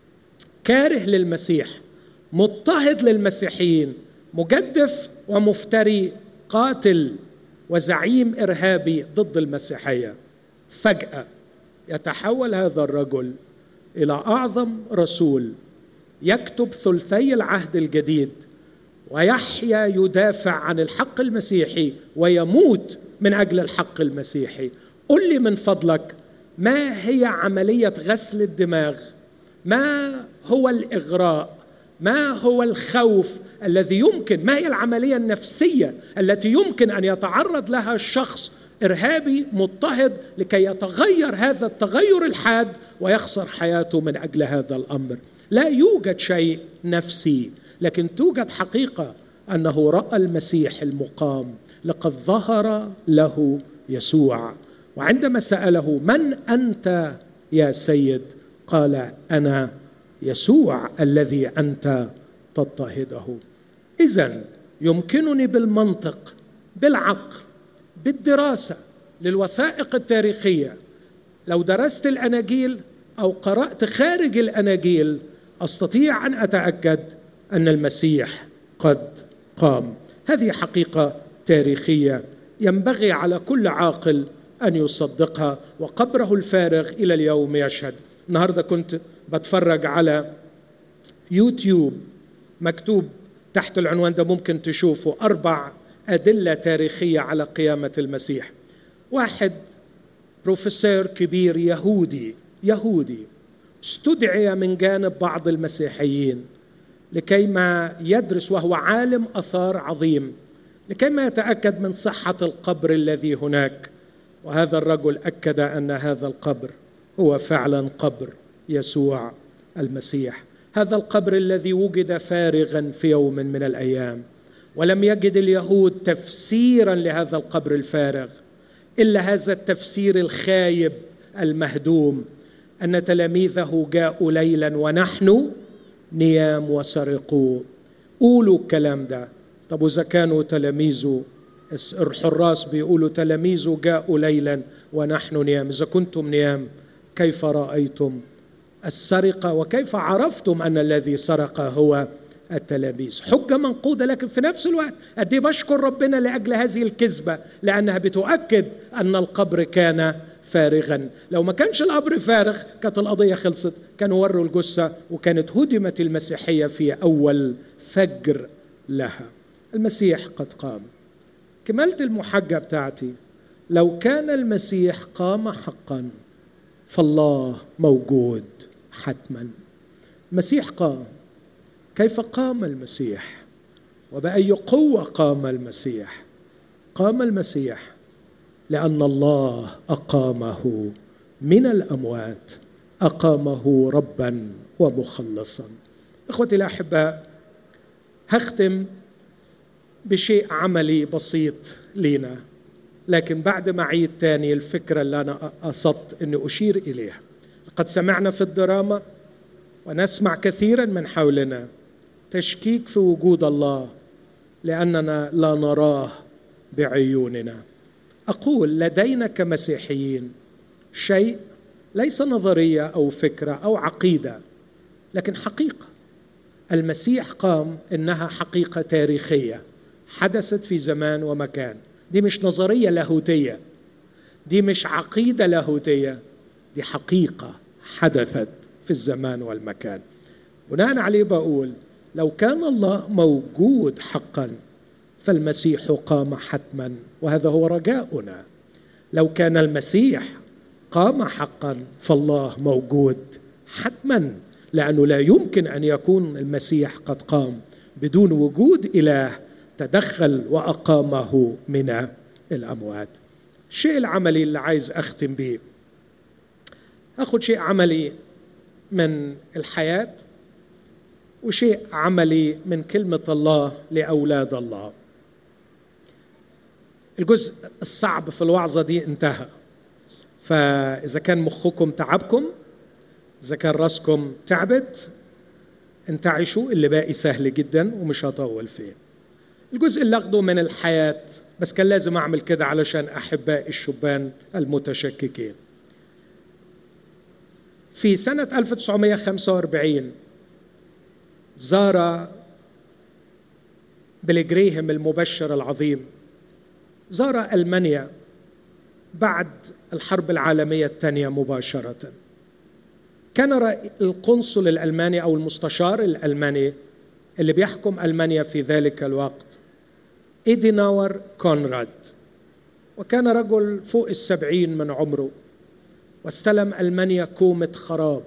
كاره للمسيح، مضطهد للمسيحيين، مجدف ومفتري، قاتل وزعيم إرهابي ضد المسيحية. فجأة يتحول هذا الرجل إلى أعظم رسول، يكتب ثلثي العهد الجديد، ويحيا يدافع عن الحق المسيحي ويموت من أجل الحق المسيحي. قل لي من فضلك، ما هي عملية غسل الدماغ؟ ما هو الإغراء؟ ما هو الخوف الذي يمكن، ما هي العملية النفسية التي يمكن أن يتعرض لها الشخص إرهابي مضطهد لكي يتغير هذا التغير الحاد ويخسر حياته من أجل هذا الأمر؟ لا يوجد شيء نفسي، لكن توجد حقيقة أنه رأى المسيح المقام، لقد ظهر له يسوع. وعندما سأله من أنت يا سيد؟ قال أنا يسوع الذي أنت تضطهده. إذن يمكنني بالمنطق، بالعقل، بالدراسة للوثائق التاريخية، لو درست الأناجيل أو قرأت خارج الأناجيل، أستطيع أن أتأكد أن المسيح قد قام. هذه حقيقة تاريخية ينبغي على كل عاقل أن يصدقها، وقبره الفارغ إلى اليوم يشهد. النهاردة كنت بتفرج على يوتيوب، مكتوب تحت العنوان ده، ممكن تشوفوا أربع أدلة تاريخية على قيامة المسيح. واحد بروفيسور كبير يهودي يهودي استدعي من جانب بعض المسيحيين لكي ما يدرس، وهو عالم آثار عظيم، لكي ما يتأكد من صحة القبر الذي هناك. وهذا الرجل أكد أن هذا القبر هو فعلا قبر يسوع المسيح، هذا القبر الذي وجد فارغا في يوم من الأيام، ولم يجد اليهود تفسيرا لهذا القبر الفارغ إلا هذا التفسير الخايب المهدوم، أن تلاميذه جاءوا ليلا ونحن نيام وسرقوا. قولوا الكلام ده. طب وإذا كانوا تلاميذه، الحراس بيقولوا تلاميذه جاءوا ليلا ونحن نيام، إذا كنتم نيام كيف رأيتم السرقة وكيف عرفتم أن الذي سرق هو التلاميذ؟ حجة منقودة، لكن في نفس الوقت أدي بشكر ربنا لأجل هذه الكذبة، لأنها بتؤكد أن القبر كان فارغا. لو ما كانش القبر فارغ كانت القضية خلصت، كانوا وروا الجثة وكانت هدمت المسيحية في أول فجر لها. المسيح قد قام. كملت المحجة بتاعتي، لو كان المسيح قام حقا فالله موجود حتما. المسيح قام. كيف قام المسيح؟ وبأي قوة قام المسيح؟ قام المسيح لأن الله أقامه من الأموات، أقامه ربا ومخلصا. إخوتي الأحباء، هختم بشيء عملي بسيط لينا، لكن بعد ما عيد تاني الفكرة اللي أنا قصدت أني أشير إليها. لقد سمعنا في الدراما ونسمع كثيرا من حولنا تشكيك في وجود الله لأننا لا نراه بعيوننا. أقول لدينا كمسيحيين شيء ليس نظرية أو فكرة أو عقيدة، لكن حقيقة. المسيح قام، إنها حقيقة تاريخية حدثت في زمان ومكان. دي مش نظرية لاهوتية، دي مش عقيدة لاهوتية، دي حقيقة حدثت في الزمان والمكان. بناء عليه بقول لو كان الله موجود حقا فالمسيح قام حتما، وهذا هو رجاؤنا. لو كان المسيح قام حقا فالله موجود حتما، لأنه لا يمكن أن يكون المسيح قد قام بدون وجود إله تدخل وأقامه من الأموات. الشيء العملي اللي عايز أختم به، أخذ شيء عملي من الحياة وشيء عملي من كلمة الله لأولاد الله. الجزء الصعب في الوعظة دي انتهى، فإذا كان مخكم تعبكم، إذا كان رأسكم تعبت، انتعشوا، اللي باقي سهل جدا ومش هطول فيه. الجزء اللي أخده من الحياة، بس كان لازم أعمل كده علشان أحباء الشبان المتشككين. في سنة ألف وتسعمائة وخمسة وأربعين زار بيلي جراهام المبشر العظيم، زار ألمانيا بعد الحرب العالمية الثانية مباشرة. كان القنصل الألماني أو المستشار الألماني اللي بيحكم ألمانيا في ذلك الوقت إيديناور كونراد، وكان رجل فوق السبعين من عمره، واستلم ألمانيا كومة خراب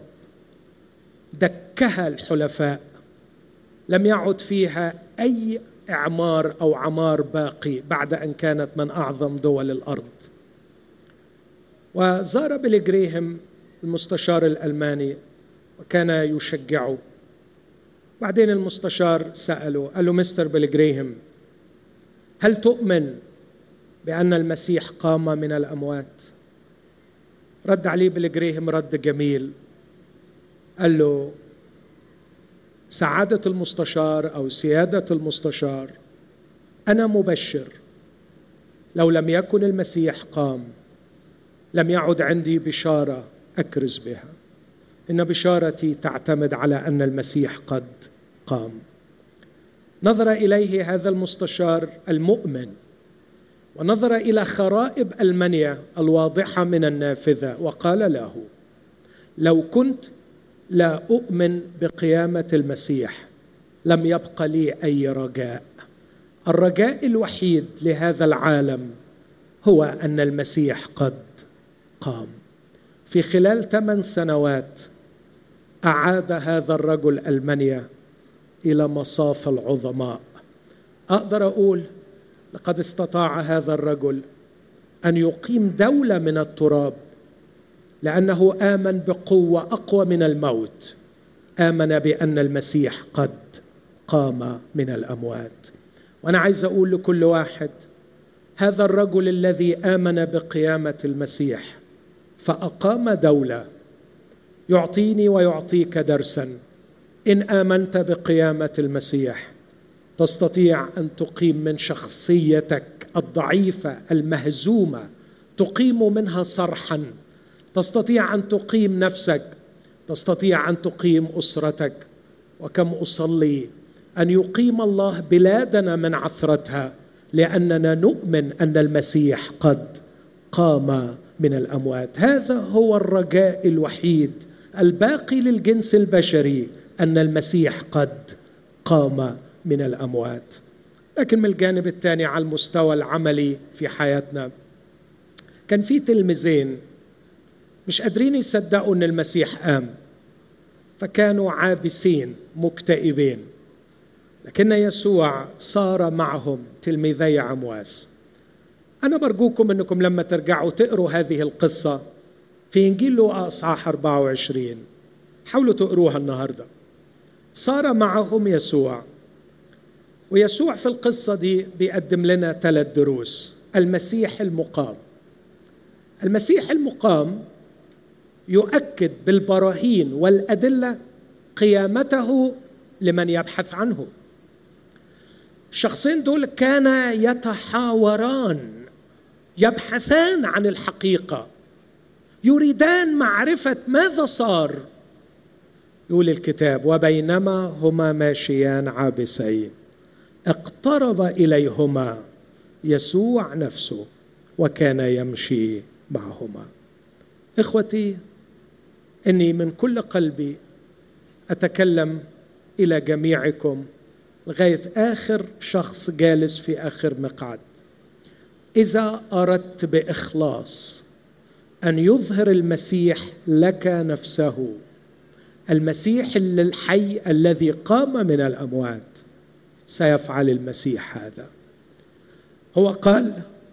دكها الحلفاء، لم يعد فيها أي إعمار أو عمار باقي بعد أن كانت من أعظم دول الأرض. وزار بيلي جراهام المستشار الألماني وكان يشجعه. بعدين المستشار سأله، قال له: مستر بيلي جراهام، هل تؤمن بأن المسيح قام من الأموات؟ رد عليه بيلي جراهام رد جميل، قال له: سعادة المستشار أو سيادة المستشار، أنا مبشر، لو لم يكن المسيح قام لم يعد عندي بشارة أكرز بها، إن بشارتي تعتمد على أن المسيح قد قام. نظر إليه هذا المستشار المؤمن، ونظر إلى خرائب ألمانيا الواضحة من النافذة، وقال له: لو كنت لا أؤمن بقيامة المسيح لم يبقى لي أي رجاء. الرجاء الوحيد لهذا العالم هو أن المسيح قد قام. في خلال ثمان سنوات أعاد هذا الرجل ألمانيا إلى مصاف العظماء. أقدر أقول لقد استطاع هذا الرجل أن يقيم دولة من التراب، لأنه آمن بقوة أقوى من الموت، آمن بأن المسيح قد قام من الأموات. وأنا عايز أقول لكل واحد، هذا الرجل الذي آمن بقيامة المسيح فأقام دولة يعطيني ويعطيك درسا. إن آمنت بقيامة المسيح تستطيع أن تقيم من شخصيتك الضعيفة المهزومة، تقيم منها صرحا، تستطيع أن تقيم نفسك، تستطيع أن تقيم أسرتك. وكم أصلي أن يقيم الله بلادنا من عثرتها، لأننا نؤمن أن المسيح قد قام من الأموات. هذا هو الرجاء الوحيد الباقي للجنس البشري، أن المسيح قد قام من الأموات. لكن من الجانب الثاني على المستوى العملي في حياتنا، كان في تلميذين مش قادرين يصدقوا أن المسيح قام، فكانوا عابسين مكتئبين، لكن يسوع صار معهم تلميذي عمواس. أنا برجوكم أنكم لما ترجعوا تقروا هذه القصة في إنجيل لوقا أصحاح أربعة وعشرين، حاولوا تقروها النهاردة. صار معهم يسوع، ويسوع في القصة دي بيقدم لنا ثلاث دروس. المسيح المقام، المسيح المقام يؤكد بالبراهين والأدلة قيامته لمن يبحث عنه. الشخصين دول كانا يتحاوران، يبحثان عن الحقيقة، يريدان معرفة ماذا صار. يقول الكتاب: وبينما هما ماشيان عابسين اقترب إليهما يسوع نفسه وكان يمشي معهما. إخوتي، إني من كل قلبي أتكلم إلى جميعكم لغاية آخر شخص جالس في آخر مقعد. إذا أردت بإخلاص أن يظهر المسيح لك نفسه، المسيح الحي الذي قام من الأموات، سيفعل المسيح هذا. هو قال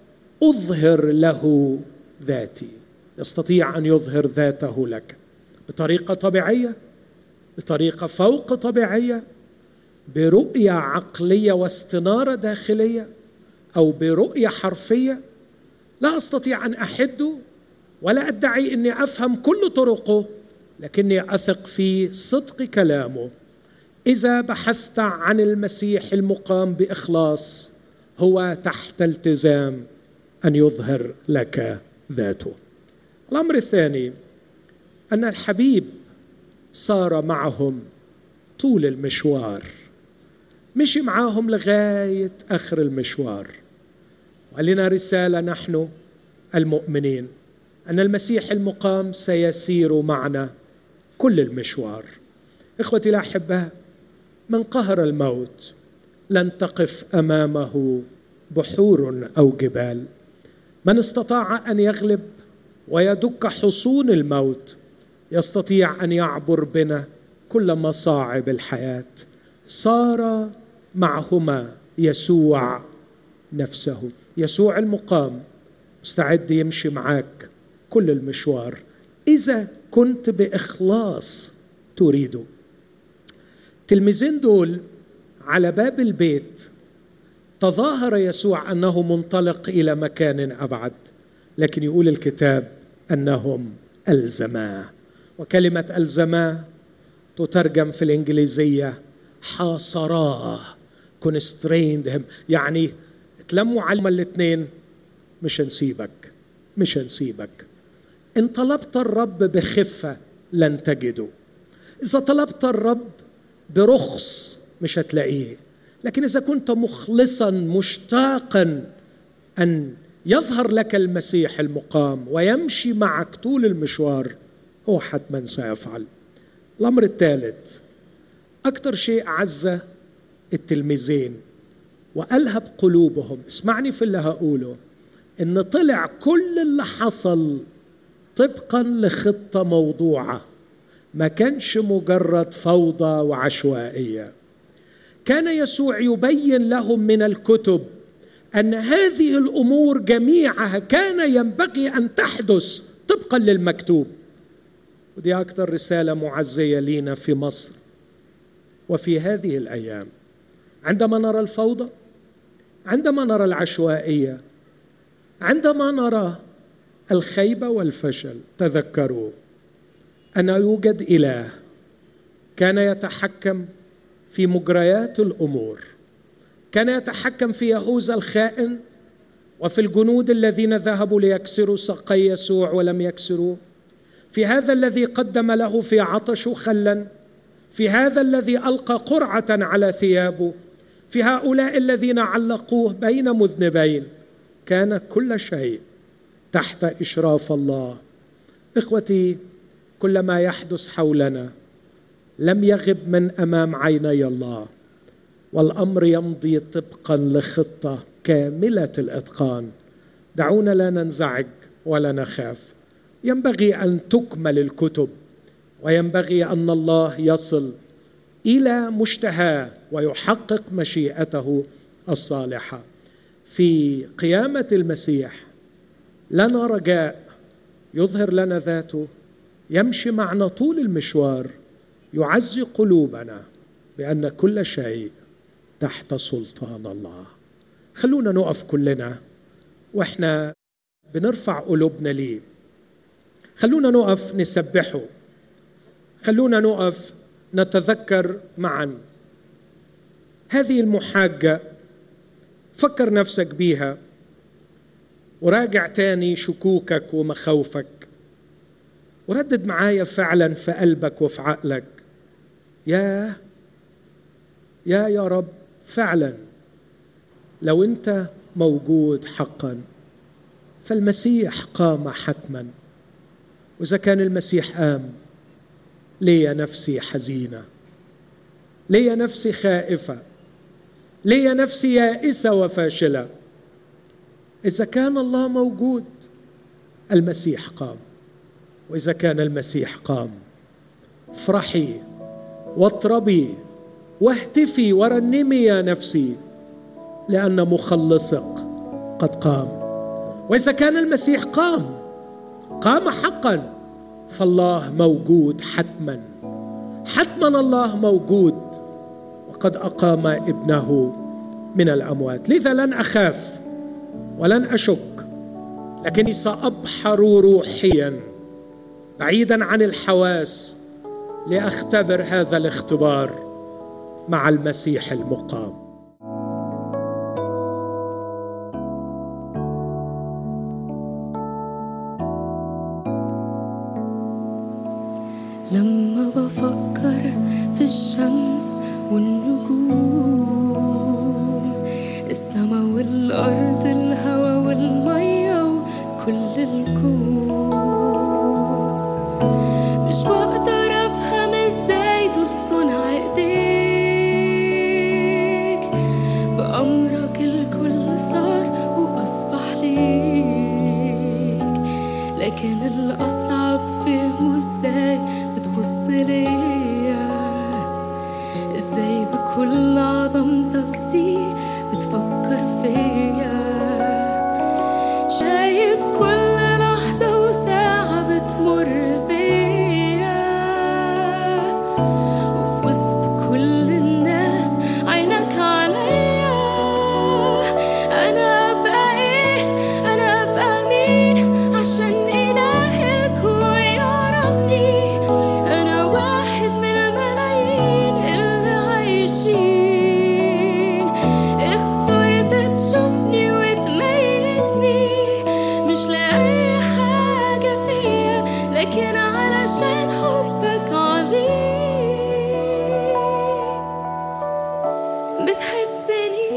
أظهر له ذاتي. يستطيع أن يظهر ذاته لك بطريقة طبيعية، بطريقة فوق طبيعية، برؤية عقلية واستنارة داخلية، أو برؤية حرفية. لا أستطيع أن أحد ولا أدعي أني أفهم كل طرقه، لكني أثق في صدق كلامه. إذا بحثت عن المسيح المقام بإخلاص، هو تحت التزام أن يظهر لك ذاته. الأمر الثاني أن الحبيب صار معهم طول المشوار، مشي معهم لغاية آخر المشوار. ولنا رسالة نحن المؤمنين أن المسيح المقام سيسير معنا كل المشوار. إخوتي الأحباء، من قهر الموت لن تقف أمامه بحور أو جبال. من استطاع أن يغلب ويدك حصون الموت يستطيع أن يعبر بنا كل مصاعب الحياة. صار معهما يسوع نفسه. يسوع المقام مستعد يمشي معك كل المشوار إذا كنت بإخلاص تريده. التلميذين دول على باب البيت تظاهر يسوع أنه منطلق إلى مكان أبعد، لكن يقول الكتاب أنهم ألزماه. وكلمة ألزماه تترجم في الإنجليزية حاصراه، constrained him، يعني تلموا على الاثنين، مش هنسيبك مش هنسيبك. إن طلبت الرب بخفة لن تجده، إذا طلبت الرب برخص مش هتلاقيه، لكن إذا كنت مخلصا مشتاقا أن يظهر لك المسيح المقام ويمشي معك طول المشوار، هو حتما سيفعل. الأمر الثالث، أكثر شيء عز التلميذين وألهب قلوبهم، اسمعني في اللي هقوله، إن طلع كل اللي حصل طبقا لخطة موضوعة، ما كانش مجرد فوضى وعشوائية. كان يسوع يبين لهم من الكتب أن هذه الأمور جميعها كان ينبغي أن تحدث طبقا للمكتوب. ودي أكثر رسالة معزية لينا في مصر وفي هذه الأيام. عندما نرى الفوضى، عندما نرى العشوائية، عندما نرى الخيبة والفشل، تذكروا أن يوجد إله كان يتحكم في مجريات الأمور، كان يتحكم في يهوذا الخائن وفي الجنود الذين ذهبوا ليكسروا ساقي يسوع ولم يكسروه، في هذا الذي قدم له في عطشه خلا، في هذا الذي ألقى قرعة على ثيابه، في هؤلاء الذين علقوه بين مذنبين. كان كل شيء تحت إشراف الله. إخوتي، كل ما يحدث حولنا لم يغب من أمام عيني الله، والأمر يمضي طبقا لخطة كاملة الإتقان. دعونا لا ننزعج ولا نخاف. ينبغي أن تكمل الكتب، وينبغي أن الله يصل إلى مشتهاه ويحقق مشيئته الصالحة. في قيامة المسيح لنا رجاء، يظهر لنا ذاته، يمشي معنا طول المشوار، يعزي قلوبنا بأن كل شيء تحت سلطان الله. خلونا نقف كلنا وإحنا بنرفع قلوبنا ليه. خلونا نقف نسبحه، خلونا نقف نتذكر معا هذه المحاجة. فكر نفسك بيها وراجع تاني شكوكك ومخاوفك، وردد معايا فعلا في قلبك وفي عقلك، يا يا يا رب، فعلا لو أنت موجود حقا فالمسيح قام حتما. وإذا كان المسيح قام، لي نفسي حزينة، لي نفسي خائفة، لي نفسي يائسة وفاشلة. إذا كان الله موجود المسيح قام، وإذا كان المسيح قام افرحي واطربي واهتفي ورنمي يا نفسي، لأن مخلصك قد قام. وإذا كان المسيح قام قام حقا، فالله موجود حتما، حتما الله موجود، وقد أقام ابنه من الأموات. لذا لن أخاف ولن أشك، لكني سأبحر روحيا بعيدا عن الحواس لأختبر هذا الاختبار مع المسيح المقام. لما بفكر في الشمس والنجوم، السما والأرض، الهوا والمية وكل الكون، مش بقدر أفهم إزاي دول صنع إيديك، بأمرك الكل صار وأصبح ليك. لكن الأصعب فهمه إزاي بتبص ليا، إزاي بكل عظمتك دي بتفكر فيا، شايف كل لحظة وساعة بتمر بيا، وفي وسط كل الناس عينك عليا. أنا أبقى إيه؟ أنا أبقى مين عشان إله الكون يعرفني؟ أنا واحد من الملايين اللي عايشين، اخترت تشوفني وتميزني، مش لأي حاجة فيا، لكن علشان حبك عظيم بتحبني.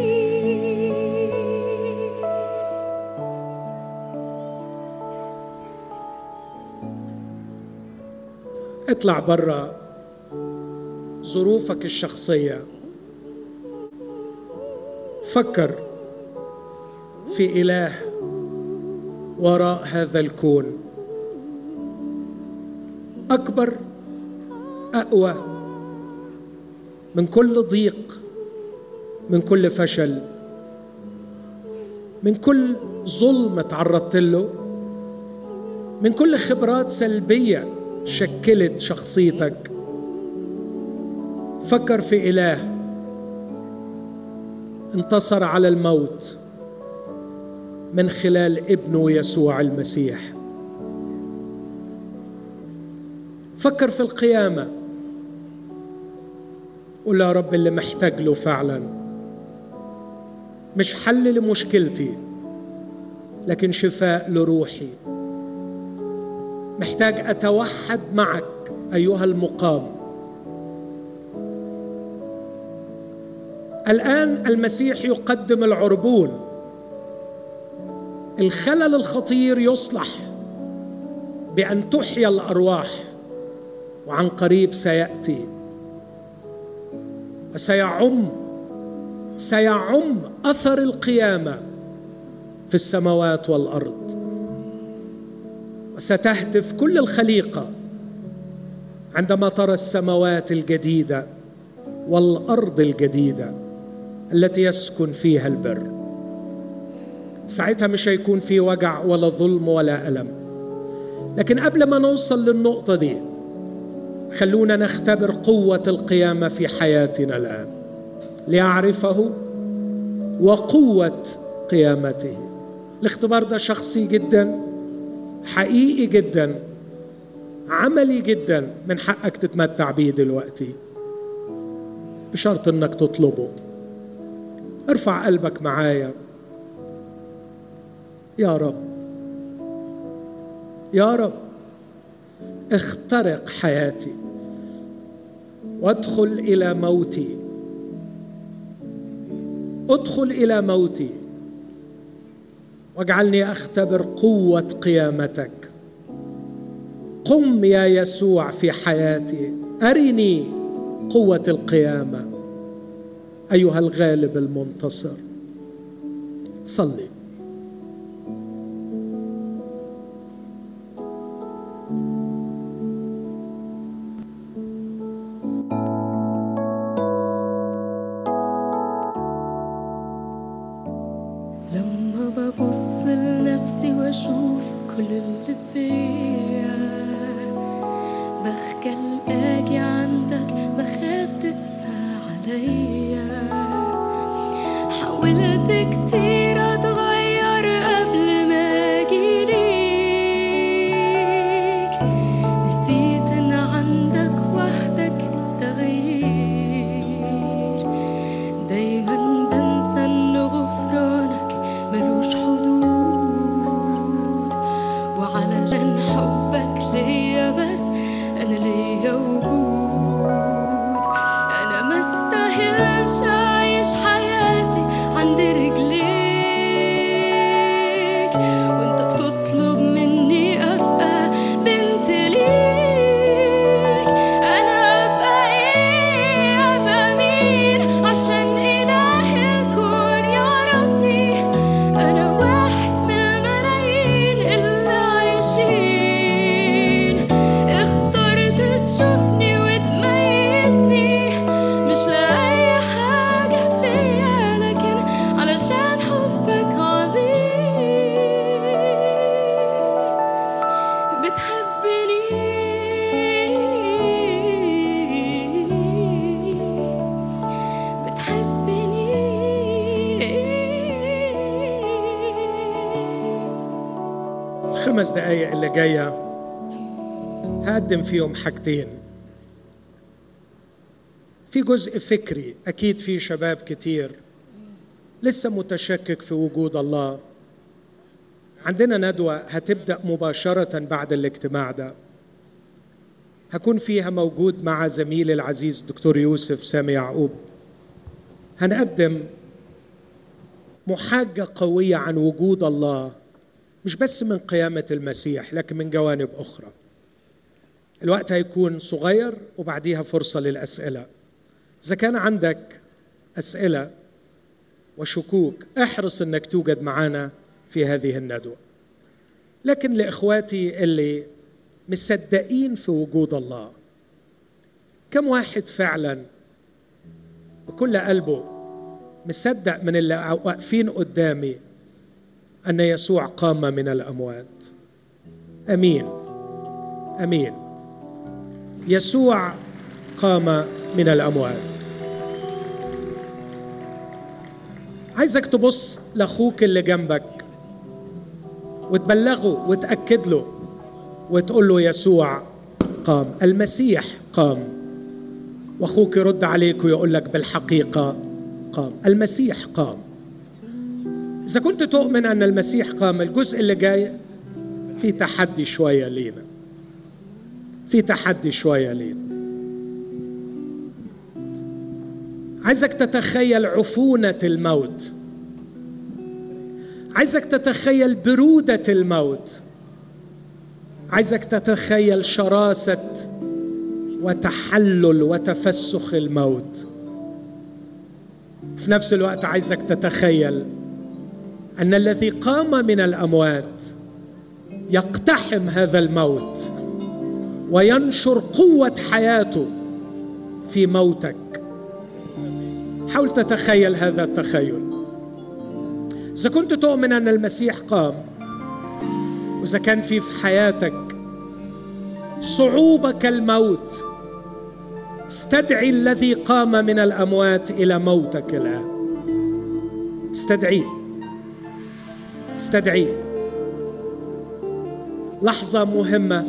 اطلع برا ظروفك الشخصية، فكر في إله وراء هذا الكون أكبر، أقوى من كل ضيق، من كل فشل، من كل ظلم تعرضت له، من كل خبرات سلبية شكلت شخصيتك. فكر في إله انتصر على الموت من خلال ابنه يسوع المسيح. فكر في القيامة، قول يا رب اللي محتاج له فعلا مش حل لمشكلتي لكن شفاء لروحي، محتاج أتوحد معك أيها المقام. الآن المسيح يقدم العربون، الخلل الخطير يصلح بأن تحيا الأرواح، وعن قريب سيأتي وسيعم سيعم أثر القيامة في السماوات والأرض، وستهتف كل الخليقة عندما ترى السماوات الجديدة والأرض الجديدة التي يسكن فيها البر. ساعتها مش هيكون في وجع ولا ظلم ولا ألم. لكن قبل ما نوصل للنقطة دي خلونا نختبر قوة القيامة في حياتنا الآن ليعرفه وقوة قيامته. الاختبار ده شخصي جدا، حقيقي جدا، عملي جدا، من حقك تتمتع بيه دلوقتي بشرط انك تطلبه. ارفع قلبك معايا. يا رب، يا رب اخترق حياتي وادخل إلى موتي، ادخل إلى موتي واجعلني أختبر قوة قيامتك، قم يا يسوع في حياتي، أرني قوة القيامة أيها الغالب المنتصر. صلي. لما ببص لنفسي واشوف كل اللي فيا، بخجل اجي عندك، بخاف تقسى عليا. حاولت كتير اتغير قبل ما اجي ليك، نسيت ان عندك وحدك التغيير. دايما بنسى ان غفرانك ملوش حدود، وعلشان حبك ليا بس انا ليا وجود. انا مستاهلش اعيش حياتي عند رجليك، وانت بتطلب مني ابقى بنت ليك. انا ابقى ايه، ابقى مين عشان اله الكون يعرفني؟ انا واحد من الملايين اللي عايشين. اخترت تشوفني وتميزني، مش لأي حاجة فيا، لكن علشان حبك عظيم. بتحبني بتحبني الخمس دقايق اللي جاية هقدم فيهم حاجتين. في جزء فكري، أكيد في شباب كتير لسه متشكك في وجود الله. عندنا ندوة هتبدأ مباشرة بعد الاجتماع ده، هكون فيها موجود مع زميلي العزيز دكتور يوسف سامي يعقوب. هنقدم محاجة قوية عن وجود الله، مش بس من قيامة المسيح لكن من جوانب أخرى. الوقت هيكون صغير وبعديها فرصة للأسئلة. إذا كان عندك أسئلة وشكوك احرص أنك توجد معنا في هذه الندوة. لكن لإخواتي اللي مصدقين في وجود الله، كم واحد فعلا بكل قلبه مصدق من اللي واقفين قدامي أن يسوع قام من الأموات؟ أمين أمين. يسوع قام من الأموات. عايزك تبص لأخوك اللي جنبك وتبلغه وتأكد له وتقول له يسوع قام، المسيح قام. وأخوك يرد عليك ويقول لك بالحقيقة قام، المسيح قام. إذا كنت تؤمن أن المسيح قام، الجزء اللي جاي في تحدي شوية لينا، في تحدي شوية لينا. عايزك تتخيل عفونة الموت، عايزك تتخيل برودة الموت، عايزك تتخيل شراسة وتحلل وتفسخ الموت. في نفس الوقت عايزك تتخيل أن الذي قام من الأموات يقتحم هذا الموت وينشر قوة حياته في موتك. حاول تتخيل هذا التخيل. إذا كنت تؤمن أن المسيح قام، وإذا كان في في حياتك صعوبة كالموت، استدعي الذي قام من الأموات إلى موتك الآن. استدعيه استدعيه. لحظة مهمة،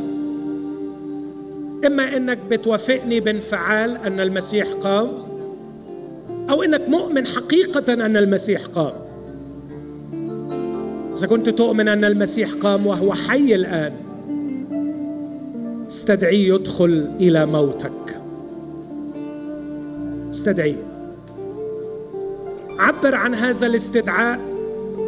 إما إنك بتوافقني بانفعال أن المسيح قام، أو إنك مؤمن حقيقة أن المسيح قام. إذا كنت تؤمن أن المسيح قام وهو حي الآن، استدعيه يدخل إلى موتك. استدعيه. عبر عن هذا الاستدعاء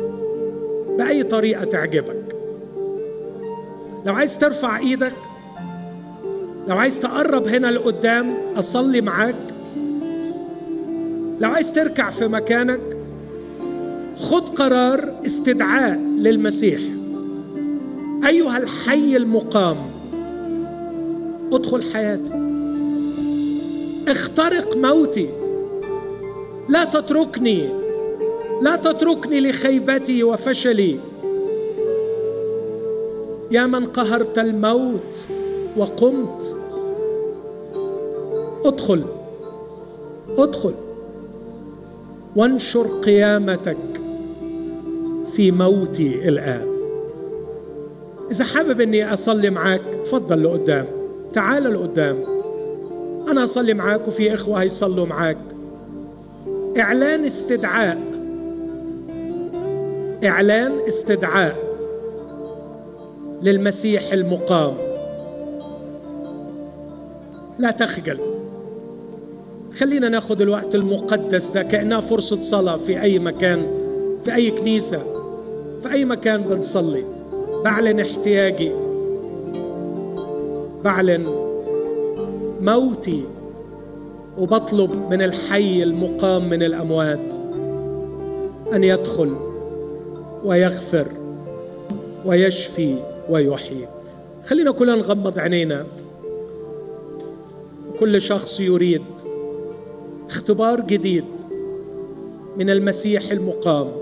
بأي طريقة تعجبك. لو عايز ترفع إيدك لو عايز تقرب هنا لقدام أصلي معاك. لو عايز تركع في مكانك خد قرار استدعاء للمسيح. أيها الحي المقام ادخل حياتي، اخترق موتي، لا تتركني، لا تتركني لخيبتي وفشلي. يا من قهرت الموت وقمت، ادخل ادخل وانشر قيامتك في موتي الآن. إذا حابب أني أصلي معاك تفضل لقدام، تعال لقدام، أنا أصلي معاك وفي إخوة هيصلوا معاك. إعلان استدعاء، إعلان استدعاء للمسيح المقام. لا تخجل، خلينا ناخد الوقت المقدس ده كأنها فرصة صلاة في أي مكان، في أي كنيسة، في أي مكان بنصلي. بعلن احتياجي، بعلن موتي، وبطلب من الحي المقام من الأموات أن يدخل ويغفر ويشفي ويحيي. خلينا كلنا نغمض عينينا. كل شخص يريد اختبار جديد من المسيح المقام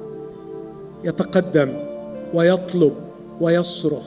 يتقدم ويطلب ويصرخ.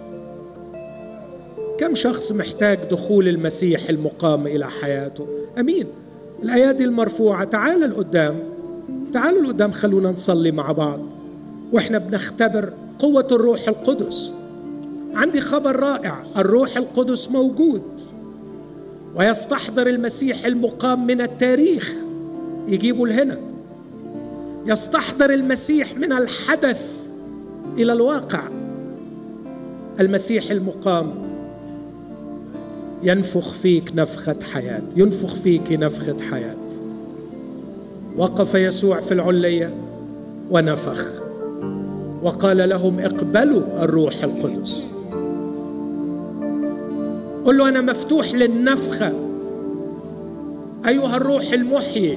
كم شخص محتاج دخول المسيح المقام إلى حياته؟ أمين. الأيادي المرفوعة، تعالوا لقدام، تعالوا لقدام، خلونا نصلي مع بعض وإحنا بنختبر قوة الروح القدس. عندي خبر رائع، الروح القدس موجود ويستحضر المسيح المقام من التاريخ، يجيبه لهنا، يستحضر المسيح من الحدث إلى الواقع. المسيح المقام ينفخ فيك نفخة حياة، ينفخ فيك نفخة حياة. وقف يسوع في العلية ونفخ وقال لهم اقبلوا الروح القدس. قل له أنا مفتوح للنفخة أيها الروح المحيي،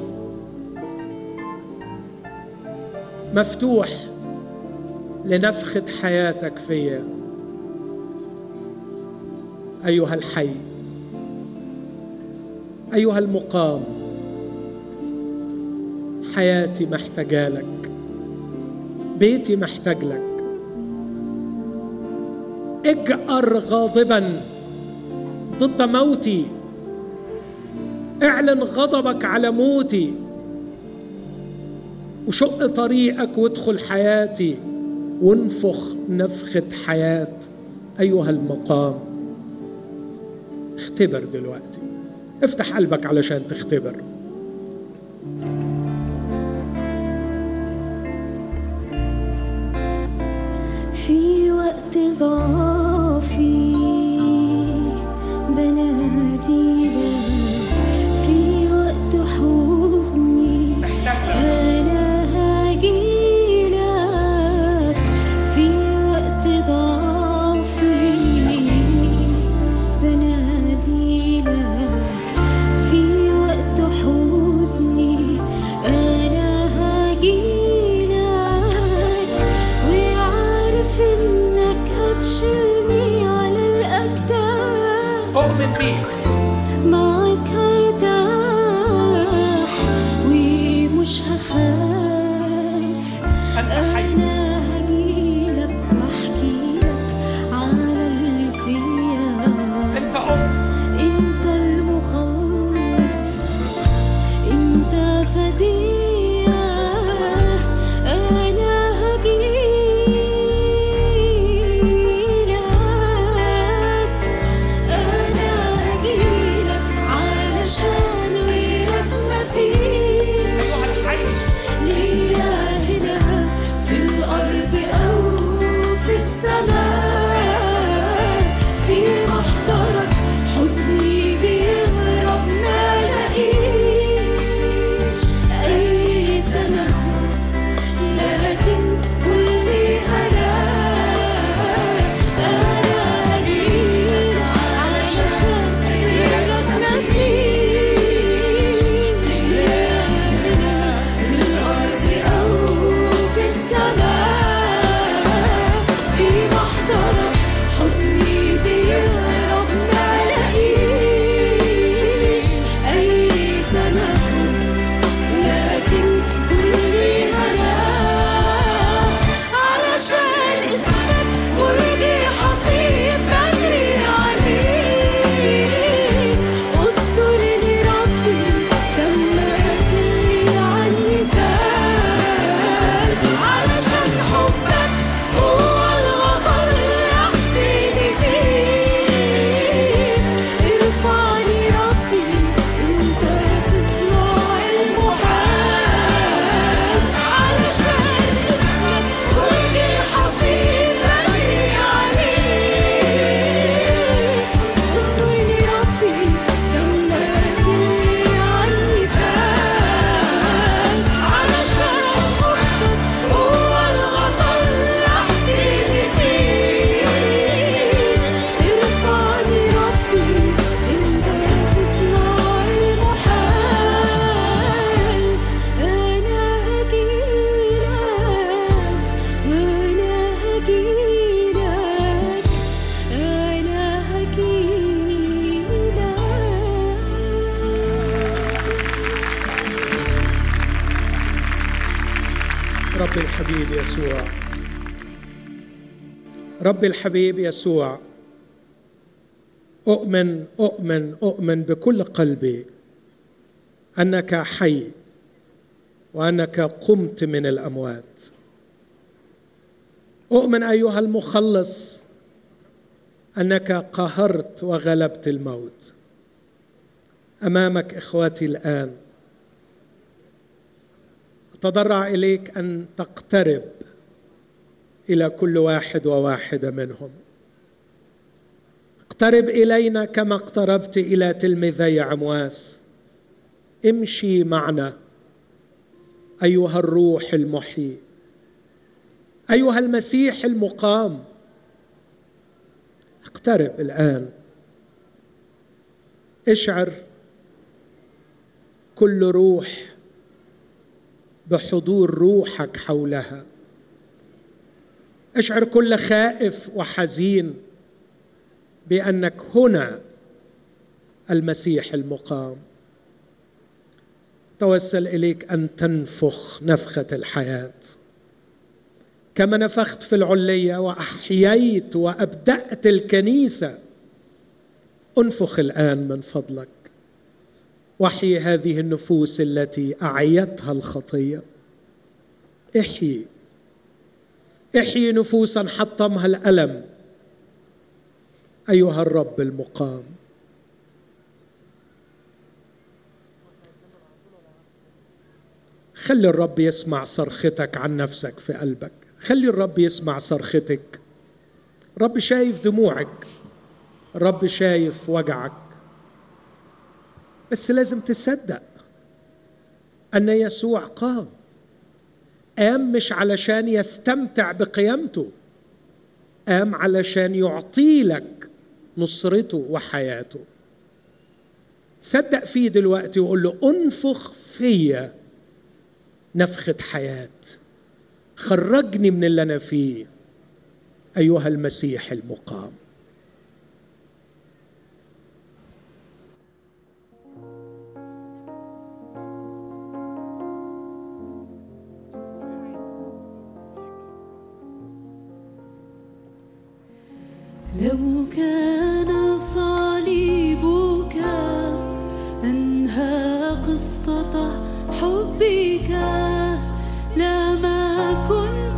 مفتوح لنفخة حياتك فيا أيها الحي، أيها المقام. حياتي محتاجة لك، بيتي محتاج لك. اجأر غاضبا ضد موتي، اعلن غضبك على موتي وشق طريقك وادخل حياتي وانفخ نفخة حياة أيها المقام. اختبر دلوقتي، افتح قلبك علشان تختبر. في وقت ضعفي بنادي لك، في وقت حزني أنا هاجي لك، في وقت ضعفي بنادي لك، في وقت حزني أنا هاجي لك، وعارف إنك هتشيلني على الأكتاف. أؤمن بيك، معك هرتاح ومش هخاف. أنا هجيلك وأحكيلك على اللي فيا. أنت قمت، أنت المخلص، أنت فدية. أنا هجيلك، أنا هجيلك علشان غيرك مفيش ليا هنا في الأرض أو في السماء. في محضرك حزني بيهرب ما لاقيش، أي ربي الحبيب يسوع، ربي الحبيب يسوع، أؤمن أؤمن أؤمن بكل قلبي أنك حي وأنك قمت من الأموات. أؤمن أيها المخلص أنك قهرت وغلبت الموت. أمامك إخواتي الآن أتضرع إليك أن تقترب إلى كل واحد وواحدة منهم. اقترب إلينا كما اقتربت إلى تلميذي عمواس. امشي معنا أيها الروح المحيي، أيها المسيح المقام. اقترب الآن، اشعر كل روح بحضور روحك حولها. اشعر كل خائف وحزين بأنك هنا المسيح المقام. توسل إليك أن تنفخ نفخة الحياة كما نفخت في العلية وأحييت وأبدأت الكنيسة. انفخ الآن من فضلك، واحيي هذه النفوس التي أعيتها الخطية. احيي احيي نفوسا حطمها الألم أيها الرب المقام. خلي الرب يسمع صرختك عن نفسك في قلبك، خلي الرب يسمع صرختك. الرب شايف دموعك، الرب شايف وجعك، بس لازم تصدق أن يسوع قام. قام مش علشان يستمتع بقيامته، قام علشان يعطي لك نصرته وحياته. صدق فيه دلوقتي وقول له انفخ فيا نفخة حياة، خرجني من اللي أنا فيه أيها المسيح المقام. لو كان صليبك أنهى قصة حبك لما كنت